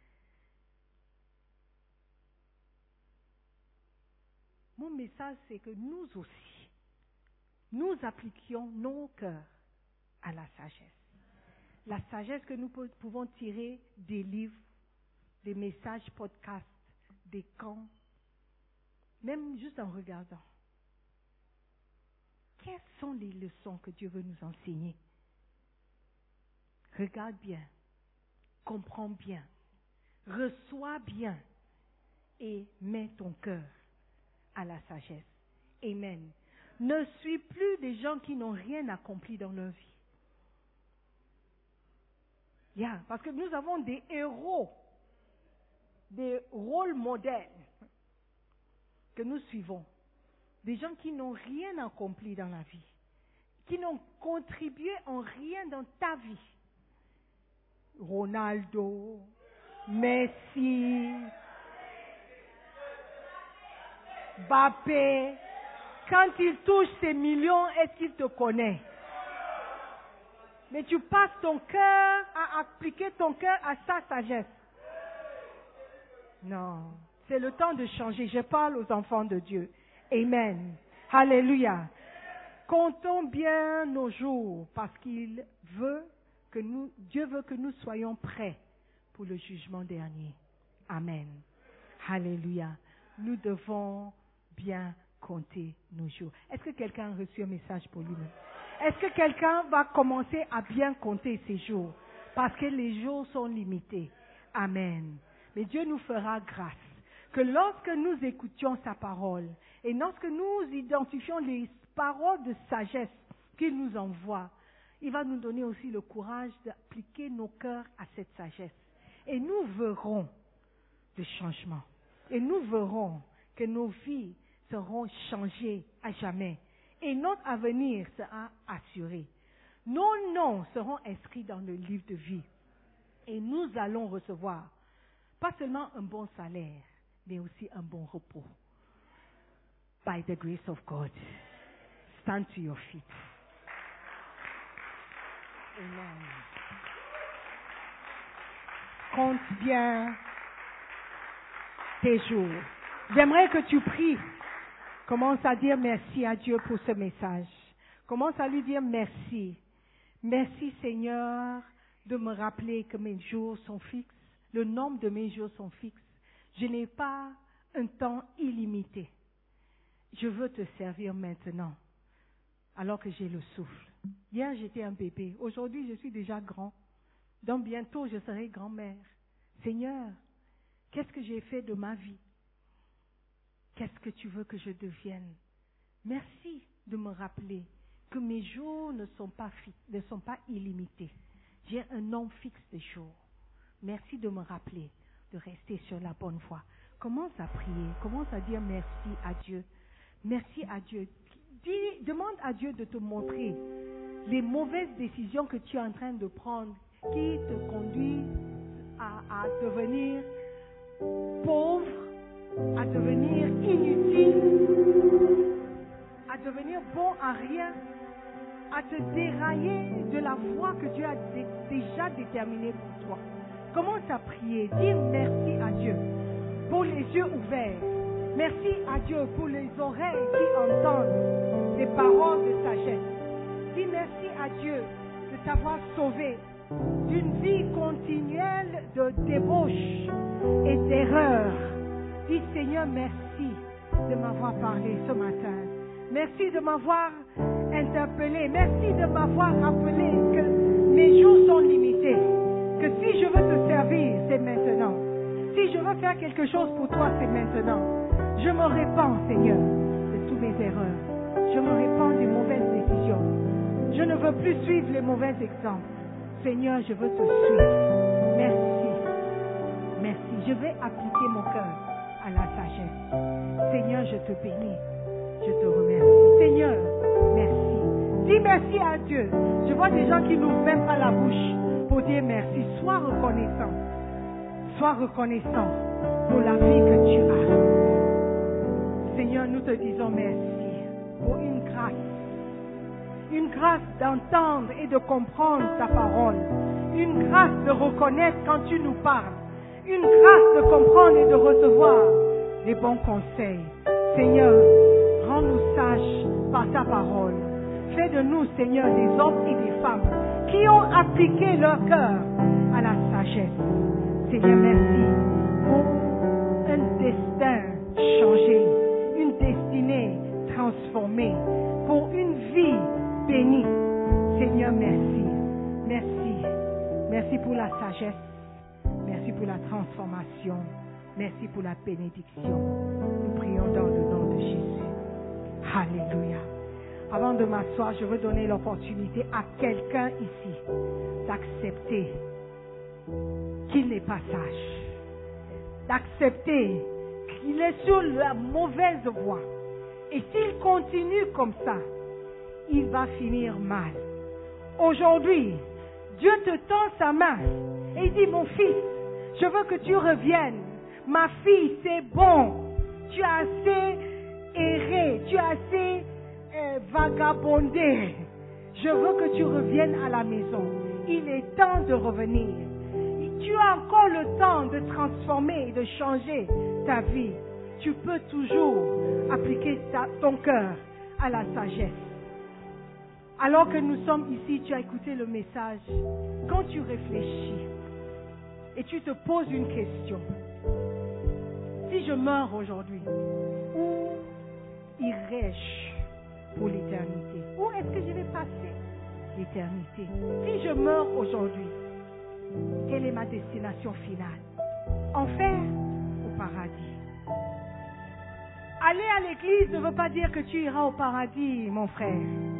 Mon message, c'est que nous aussi, nous appliquions nos cœurs à la sagesse. La sagesse que nous pouvons tirer des livres, des messages podcasts, des camps, même juste en regardant. Quelles sont les leçons que Dieu veut nous enseigner? Regarde bien, comprends bien, reçois bien et mets ton cœur à la sagesse. Amen. Ne suis plus des gens qui n'ont rien accompli dans leur vie. Parce que nous avons des héros, des rôles modèles que nous suivons. Des gens qui n'ont rien accompli dans la vie, qui n'ont contribué en rien dans ta vie. Ronaldo, Messi, Mbappé, quand il touche ses millions, est-ce qu'il te connaît? Mais tu passes ton cœur à appliquer ton cœur à sa sagesse. Non, c'est le temps de changer. Je parle aux enfants de Dieu. Amen. Alléluia. Comptons bien nos jours parce qu'il veut que Dieu veut que nous soyons prêts pour le jugement dernier. Amen. Alléluia. Nous devons bien compter nos jours. Est-ce que quelqu'un a reçu un message pour lui-même? Est-ce que quelqu'un va commencer à bien compter ses jours? Parce que les jours sont limités. Amen. Mais Dieu nous fera grâce que lorsque nous écoutions sa parole et lorsque nous identifions les paroles de sagesse qu'il nous envoie, il va nous donner aussi le courage d'appliquer nos cœurs à cette sagesse. Et nous verrons le changement. Et nous verrons que nos vies seront changées à jamais. Et notre avenir sera assuré. Nos noms seront inscrits dans le livre de vie. Et nous allons recevoir pas seulement un bon salaire, mais aussi un bon repos. By the grace of God. Stand to your feet. Amen. Compte bien tes jours. J'aimerais que tu pries. Commence à dire merci à Dieu pour ce message. Commence à lui dire merci. Merci Seigneur de me rappeler que mes jours sont fixes. Le nombre de mes jours sont fixes. Je n'ai pas un temps illimité. Je veux te servir maintenant, alors que j'ai le souffle. Hier, j'étais un bébé. Aujourd'hui, je suis déjà grand. Donc, bientôt, je serai grand-mère. Seigneur, qu'est-ce que j'ai fait de ma vie? Qu'est-ce que tu veux que je devienne? Merci de me rappeler que mes jours ne sont pas illimités. J'ai un nombre fixe de jours. Merci de me rappeler de rester sur la bonne voie. Commence à prier, commence à dire merci à Dieu. Merci à Dieu. Demande à Dieu de te montrer les mauvaises décisions que tu es en train de prendre qui te conduisent à devenir pauvre, à devenir inutile, à devenir bon à rien, à te dérailler de la voie que Dieu a déjà déterminée pour toi. Commence à prier, dire merci à Dieu pour les yeux ouverts. Merci à Dieu pour les oreilles qui entendent les paroles de sagesse. Dis merci à Dieu de t'avoir sauvé d'une vie continuelle de débauche et d'erreur. Dis Seigneur, merci de m'avoir parlé ce matin. Merci de m'avoir interpellé. Merci de m'avoir rappelé que mes jours sont limités. Que si je veux te servir, c'est maintenant. Si je veux faire quelque chose pour toi, c'est maintenant. Je me répands, Seigneur, de tous mes erreurs. Je me répands des mauvaises décisions. Je ne veux plus suivre les mauvais exemples. Seigneur, je veux te suivre. Merci. Merci. Je vais appliquer mon cœur à la sagesse. Seigneur, je te bénis. Je te remercie. Seigneur, merci. Dis merci à Dieu. Je vois des gens qui n'ouvrent même pas la bouche pour dire merci. Sois reconnaissant. Sois reconnaissant pour la vie que tu as. Seigneur, nous te disons merci pour une grâce. Une grâce d'entendre et de comprendre ta parole. Une grâce de reconnaître quand tu nous parles. Une grâce de comprendre et de recevoir les bons conseils. Seigneur, rends-nous sages par ta parole. Fais de nous, Seigneur, des hommes et des femmes qui ont appliqué leur cœur à la sagesse. Seigneur, merci pour un destin changé, une destinée transformée, pour une vie bénie. Seigneur, merci. Merci. Merci pour la sagesse. Merci pour la transformation. Merci pour la bénédiction. Nous prions dans le nom de Jésus. Alléluia. Avant de m'asseoir, je veux donner l'opportunité à quelqu'un ici d'accepter qu'il n'est pas sage, d'accepter qu'il est sur la mauvaise voie. Et s'il continue comme ça, il va finir mal. Aujourd'hui, Dieu te tend sa main et il dit, mon fils, je veux que tu reviennes. Ma fille, c'est bon. Tu as assez erré, tu as assez vagabondé. Je veux que tu reviennes à la maison. Il est temps de revenir. Tu as encore le temps de transformer et de changer ta vie. Tu peux toujours appliquer ton cœur à la sagesse. Alors que nous sommes ici, tu as écouté le message. Quand tu réfléchis et tu te poses une question, si je meurs aujourd'hui, où irai-je pour l'éternité? Où est-ce que je vais passer l'éternité? Si je meurs aujourd'hui, quelle est ma destination finale? Enfer ou paradis? Aller à l'église ne veut pas dire que tu iras au paradis, mon frère.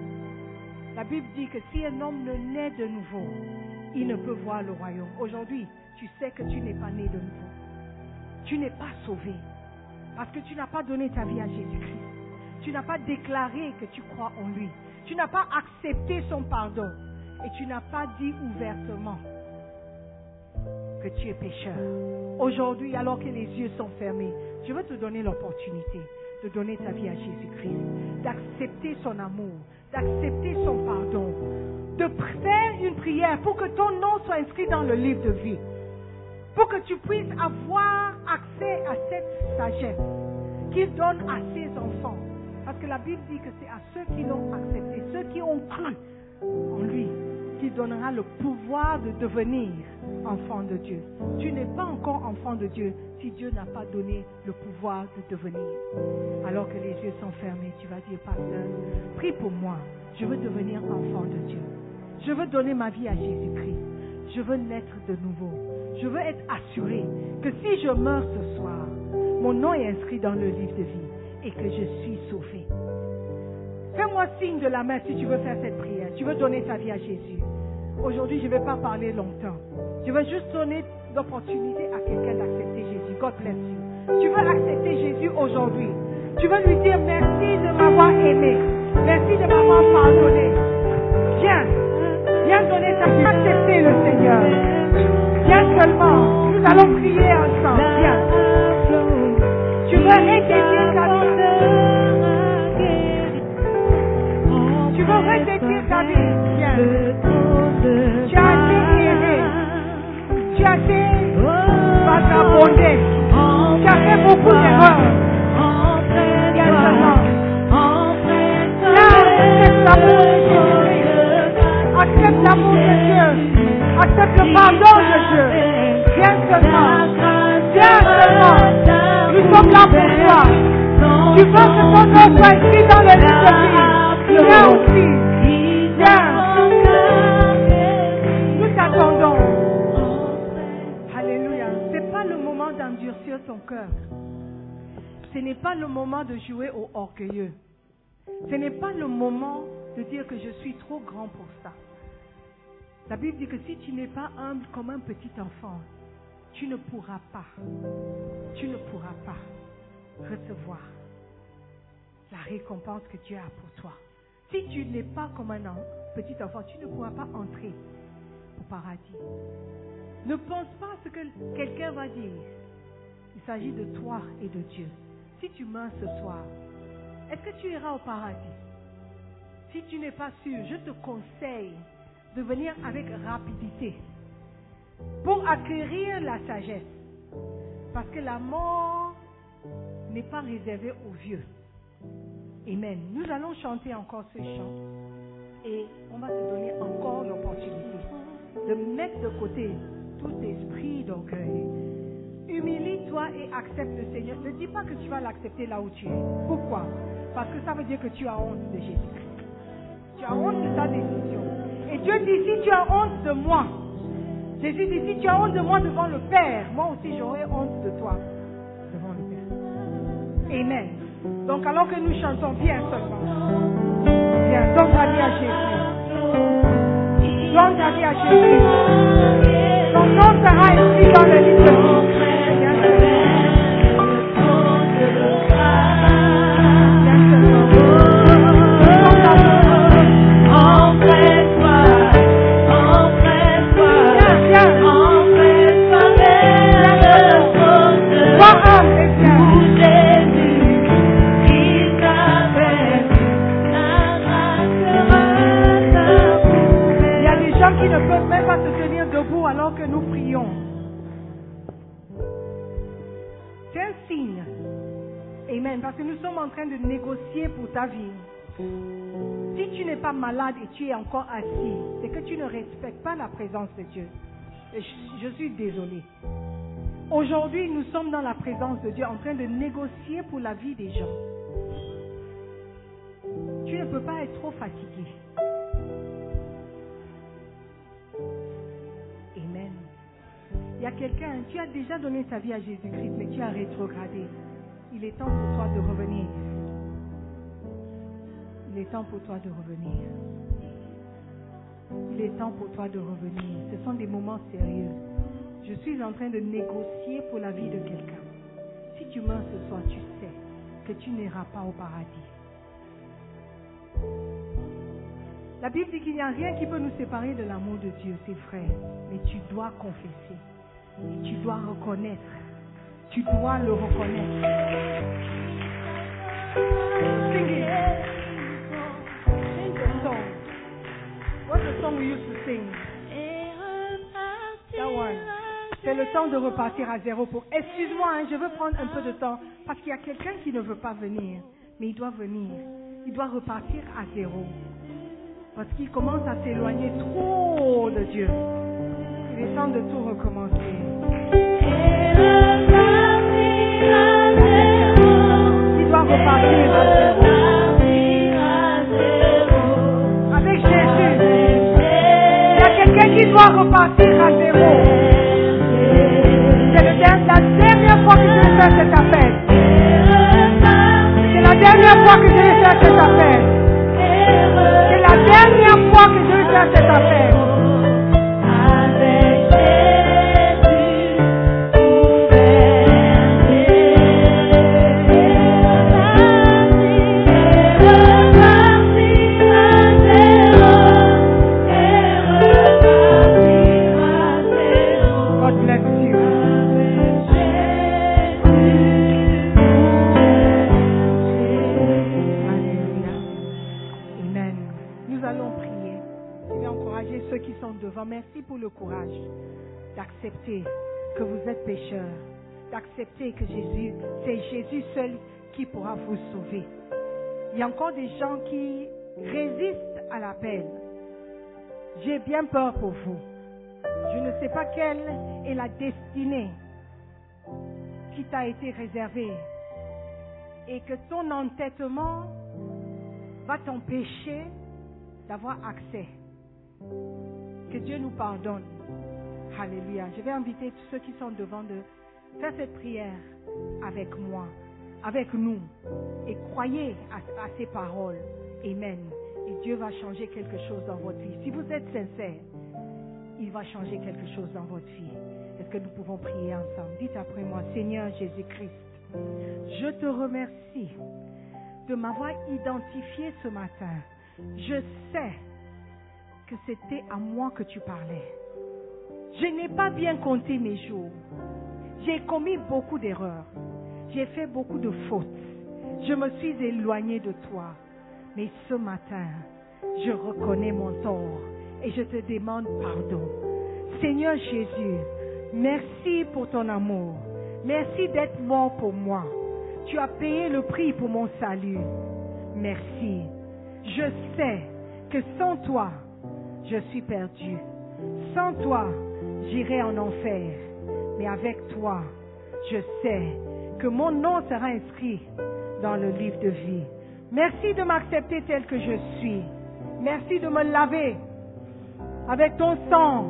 La Bible dit que si un homme ne naît de nouveau, il ne peut voir le royaume. Aujourd'hui, tu sais que tu n'es pas né de nouveau. Tu n'es pas sauvé. Parce que tu n'as pas donné ta vie à Jésus-Christ. Tu n'as pas déclaré que tu crois en lui. Tu n'as pas accepté son pardon. Et tu n'as pas dit ouvertement que tu es pécheur. Aujourd'hui, alors que les yeux sont fermés, je veux te donner l'opportunité de donner ta vie à Jésus-Christ, d'accepter son amour, d'accepter son pardon, de faire une prière pour que ton nom soit inscrit dans le livre de vie, pour que tu puisses avoir accès à cette sagesse qu'il donne à ses enfants. Parce que la Bible dit que c'est à ceux qui l'ont accepté, ceux qui ont cru en lui, qu'il donnera le pouvoir de devenir enfant de Dieu. Tu n'es pas encore enfant de Dieu si Dieu n'a pas donné le pouvoir de devenir. Alors que les yeux sont fermés, tu vas dire, pasteur, prie pour moi. Je veux devenir enfant de Dieu. Je veux donner ma vie à Jésus-Christ. Je veux naître de nouveau. Je veux être assuré que si je meurs ce soir, mon nom est inscrit dans le livre de vie et que je suis sauvé. Fais-moi signe de la main si tu veux faire cette prière. Tu veux donner ta vie à Jésus. Aujourd'hui, je ne vais pas parler longtemps. Je veux juste donner l'opportunité à quelqu'un d'accepter Jésus. God bless you. Tu veux accepter Jésus aujourd'hui. Tu veux lui dire merci de m'avoir aimé. Merci de m'avoir pardonné. Viens. Viens donner ta vie. Accepter le Seigneur. Viens seulement. Nous allons prier ensemble. Viens. Tu veux rédédier ta vie. Tu veux rédédier ta vie. Viens. Tu as été erré. Tu as été vagabondé. Tu as fait beaucoup d'erreurs. Viens seulement. Là, accepte l'amour de Jésus. Accepte l'amour de Dieu. Accepte le Tu veux que ton nom soit écrit dans le livre de vie. Viens aussi. Viens. Nous t'attendons. Alléluia. Ce n'est pas le moment d'endurcir ton cœur. Ce n'est pas le moment de jouer au orgueilleux. Ce n'est pas le moment de dire que je suis trop grand pour ça. La Bible dit que si tu n'es pas humble comme un petit enfant, tu ne pourras pas recevoir la récompense que Dieu a pour toi. Si tu n'es pas comme un petit enfant, tu ne pourras pas entrer au paradis. Ne pense pas à ce que quelqu'un va dire. Il s'agit de toi et de Dieu. Si tu meurs ce soir, est-ce que tu iras au paradis? Si tu n'es pas sûr, je te conseille de venir avec rapidité pour acquérir la sagesse. Parce que la mort n'est pas réservée aux vieux. Amen. Nous allons chanter encore ce chant et on va te donner encore l'opportunité de mettre de côté tout esprit d'orgueil. Humilie-toi et accepte le Seigneur. Ne dis pas que tu vas l'accepter là où tu es. Pourquoi? Parce que ça veut dire que tu as honte de Jésus-Christ. Tu as honte de ta décision. Et Dieu dit, si tu as honte de moi, Jésus dit, si tu as honte de moi devant le Père, moi aussi j'aurai honte de toi devant le Père. Amen. Donc alors que nous chantons, viens seulement. Viens, donne ta vie à Jésus. Donne ta vie à Jésus. Ton nom sera écrit dans le livre de vie. Alors que nous prions. C'est un signe. Amen. Parce que nous sommes en train de négocier pour ta vie. Si tu n'es pas malade et tu es encore assis, c'est que tu ne respectes pas la présence de Dieu. Et je suis désolée. Aujourd'hui, nous sommes dans la présence de Dieu en train de négocier pour la vie des gens. Tu ne peux pas être trop fatigué. Amen. Il y a quelqu'un, tu as déjà donné ta vie à Jésus-Christ, mais tu as rétrogradé. Il est temps pour toi de revenir. Il est temps pour toi de revenir. Il est temps pour toi de revenir. Ce sont des moments sérieux. Je suis en train de négocier pour la vie de quelqu'un. Si tu meurs ce soir, tu sais que tu n'iras pas au paradis. La Bible dit qu'il n'y a rien qui peut nous séparer de l'amour de Dieu, c'est vrai. Mais tu dois confesser. Et tu dois reconnaître. Tu dois le reconnaître. Sing it. Sing the song. What's the song we used to sing? That one. C'est le temps de repartir à zéro. Excuse-moi, je veux prendre un peu de temps. Parce qu'il y a quelqu'un qui ne veut pas venir. Mais il doit venir. Il doit repartir à zéro. Parce qu'il commence à s'éloigner trop de Dieu. Il est temps de tout recommencer. Il doit repartir à zéro. Avec Jésus. Il y a quelqu'un qui doit repartir à zéro. C'est la dernière fois que je vais faire cet appel. C'est la dernière fois que je vais faire cet appel. C'est la dernière fois que je vais faire cette affaire. Avec Jésus, God bless you. Ceux qui sont devant, merci pour le courage d'accepter que vous êtes pécheurs, d'accepter que Jésus, c'est Jésus seul qui pourra vous sauver. Il y a encore des gens qui résistent à l'appel. J'ai bien peur pour vous. Je ne sais pas quelle est la destinée qui t'a été réservée. et que ton entêtement va t'empêcher d'avoir accès. Que Dieu nous pardonne. Alléluia. Je vais inviter tous ceux qui sont devant de faire cette prière avec moi, avec nous, et croyez à ces paroles. Amen. Et Dieu va changer quelque chose dans votre vie. Si vous êtes sincère, il va changer quelque chose dans votre vie. Est-ce que nous pouvons prier ensemble? Dites après moi, Seigneur Jésus-Christ, je te remercie de m'avoir identifié ce matin. Je sais que c'était à moi que tu parlais. Je n'ai pas bien compté mes jours. J'ai commis beaucoup d'erreurs. J'ai fait beaucoup de fautes. Je me suis éloigné de toi. Mais ce matin, je reconnais mon tort et je te demande pardon. Seigneur Jésus, merci pour ton amour. Merci d'être mort pour moi. Tu as payé le prix pour mon salut. Merci. Je sais que sans toi, je suis perdu. Sans toi, j'irai en enfer. Mais avec toi, je sais que mon nom sera inscrit dans le livre de vie. Merci de m'accepter tel que je suis. Merci de me laver avec ton sang,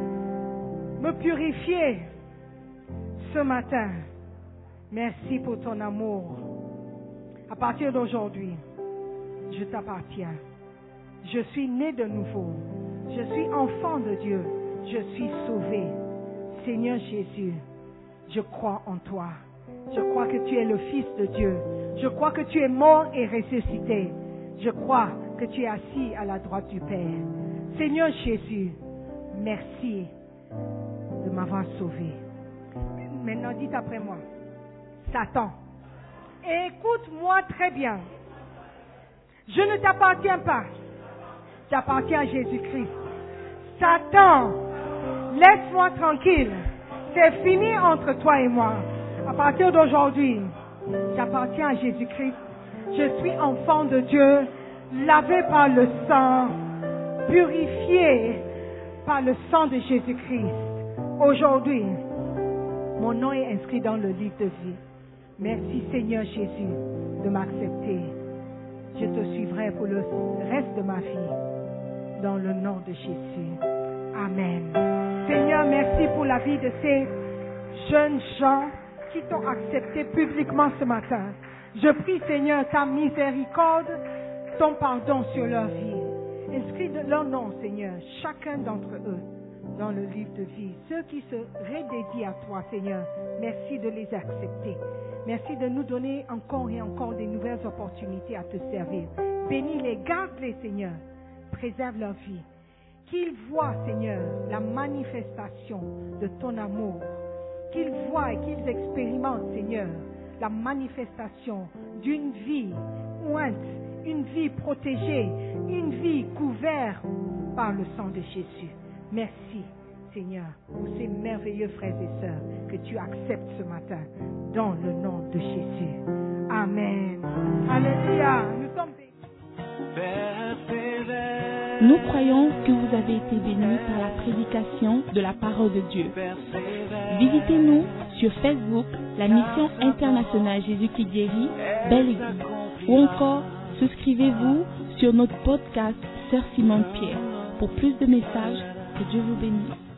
me purifier ce matin. Merci pour ton amour. À partir d'aujourd'hui, je t'appartiens. Je suis né de nouveau. Je suis enfant de Dieu. Je suis sauvé. Seigneur Jésus, je crois en toi. Je crois que tu es le Fils de Dieu. Je crois que tu es mort et ressuscité. Je crois que tu es assis à la droite du Père. Seigneur Jésus, merci de m'avoir sauvé. Maintenant, dites après moi, Satan, écoute-moi très bien. Je ne t'appartiens pas. J'appartiens à Jésus-Christ. Satan, laisse-moi tranquille. C'est fini entre toi et moi. À partir d'aujourd'hui, j'appartiens à Jésus-Christ. Je suis enfant de Dieu, lavé par le sang, purifié par le sang de Jésus-Christ. Aujourd'hui, mon nom est inscrit dans le livre de vie. Merci Seigneur Jésus de m'accepter. Je te suivrai pour le reste de ma vie. Dans le nom de Jésus. Amen. Seigneur, merci pour la vie de ces jeunes gens qui t'ont accepté publiquement ce matin. Je prie, Seigneur, ta miséricorde, ton pardon sur leur vie. Inscris de leur nom, Seigneur, chacun d'entre eux dans le livre de vie. Ceux qui se redédient à toi, Seigneur, merci de les accepter. Merci de nous donner encore et encore des nouvelles opportunités à te servir. Bénis-les, garde-les, Seigneur. Préserve leur vie. Qu'ils voient, Seigneur, la manifestation de ton amour. Qu'ils voient et qu'ils expérimentent, Seigneur, la manifestation d'une vie ointe, une vie protégée, une vie couverte par le sang de Jésus. Merci, Seigneur, pour ces merveilleux frères et sœurs que tu acceptes ce matin, dans le nom de Jésus. Amen. Alléluia. Nous sommes Nous croyons que vous avez été bénis par la prédication de la parole de Dieu. Visitez-nous sur Facebook, la mission internationale Jésus qui guérit, Belle Église. Ou encore, souscrivez-vous sur notre podcast Sœur Simone Pierre. Pour plus de messages, que Dieu vous bénisse.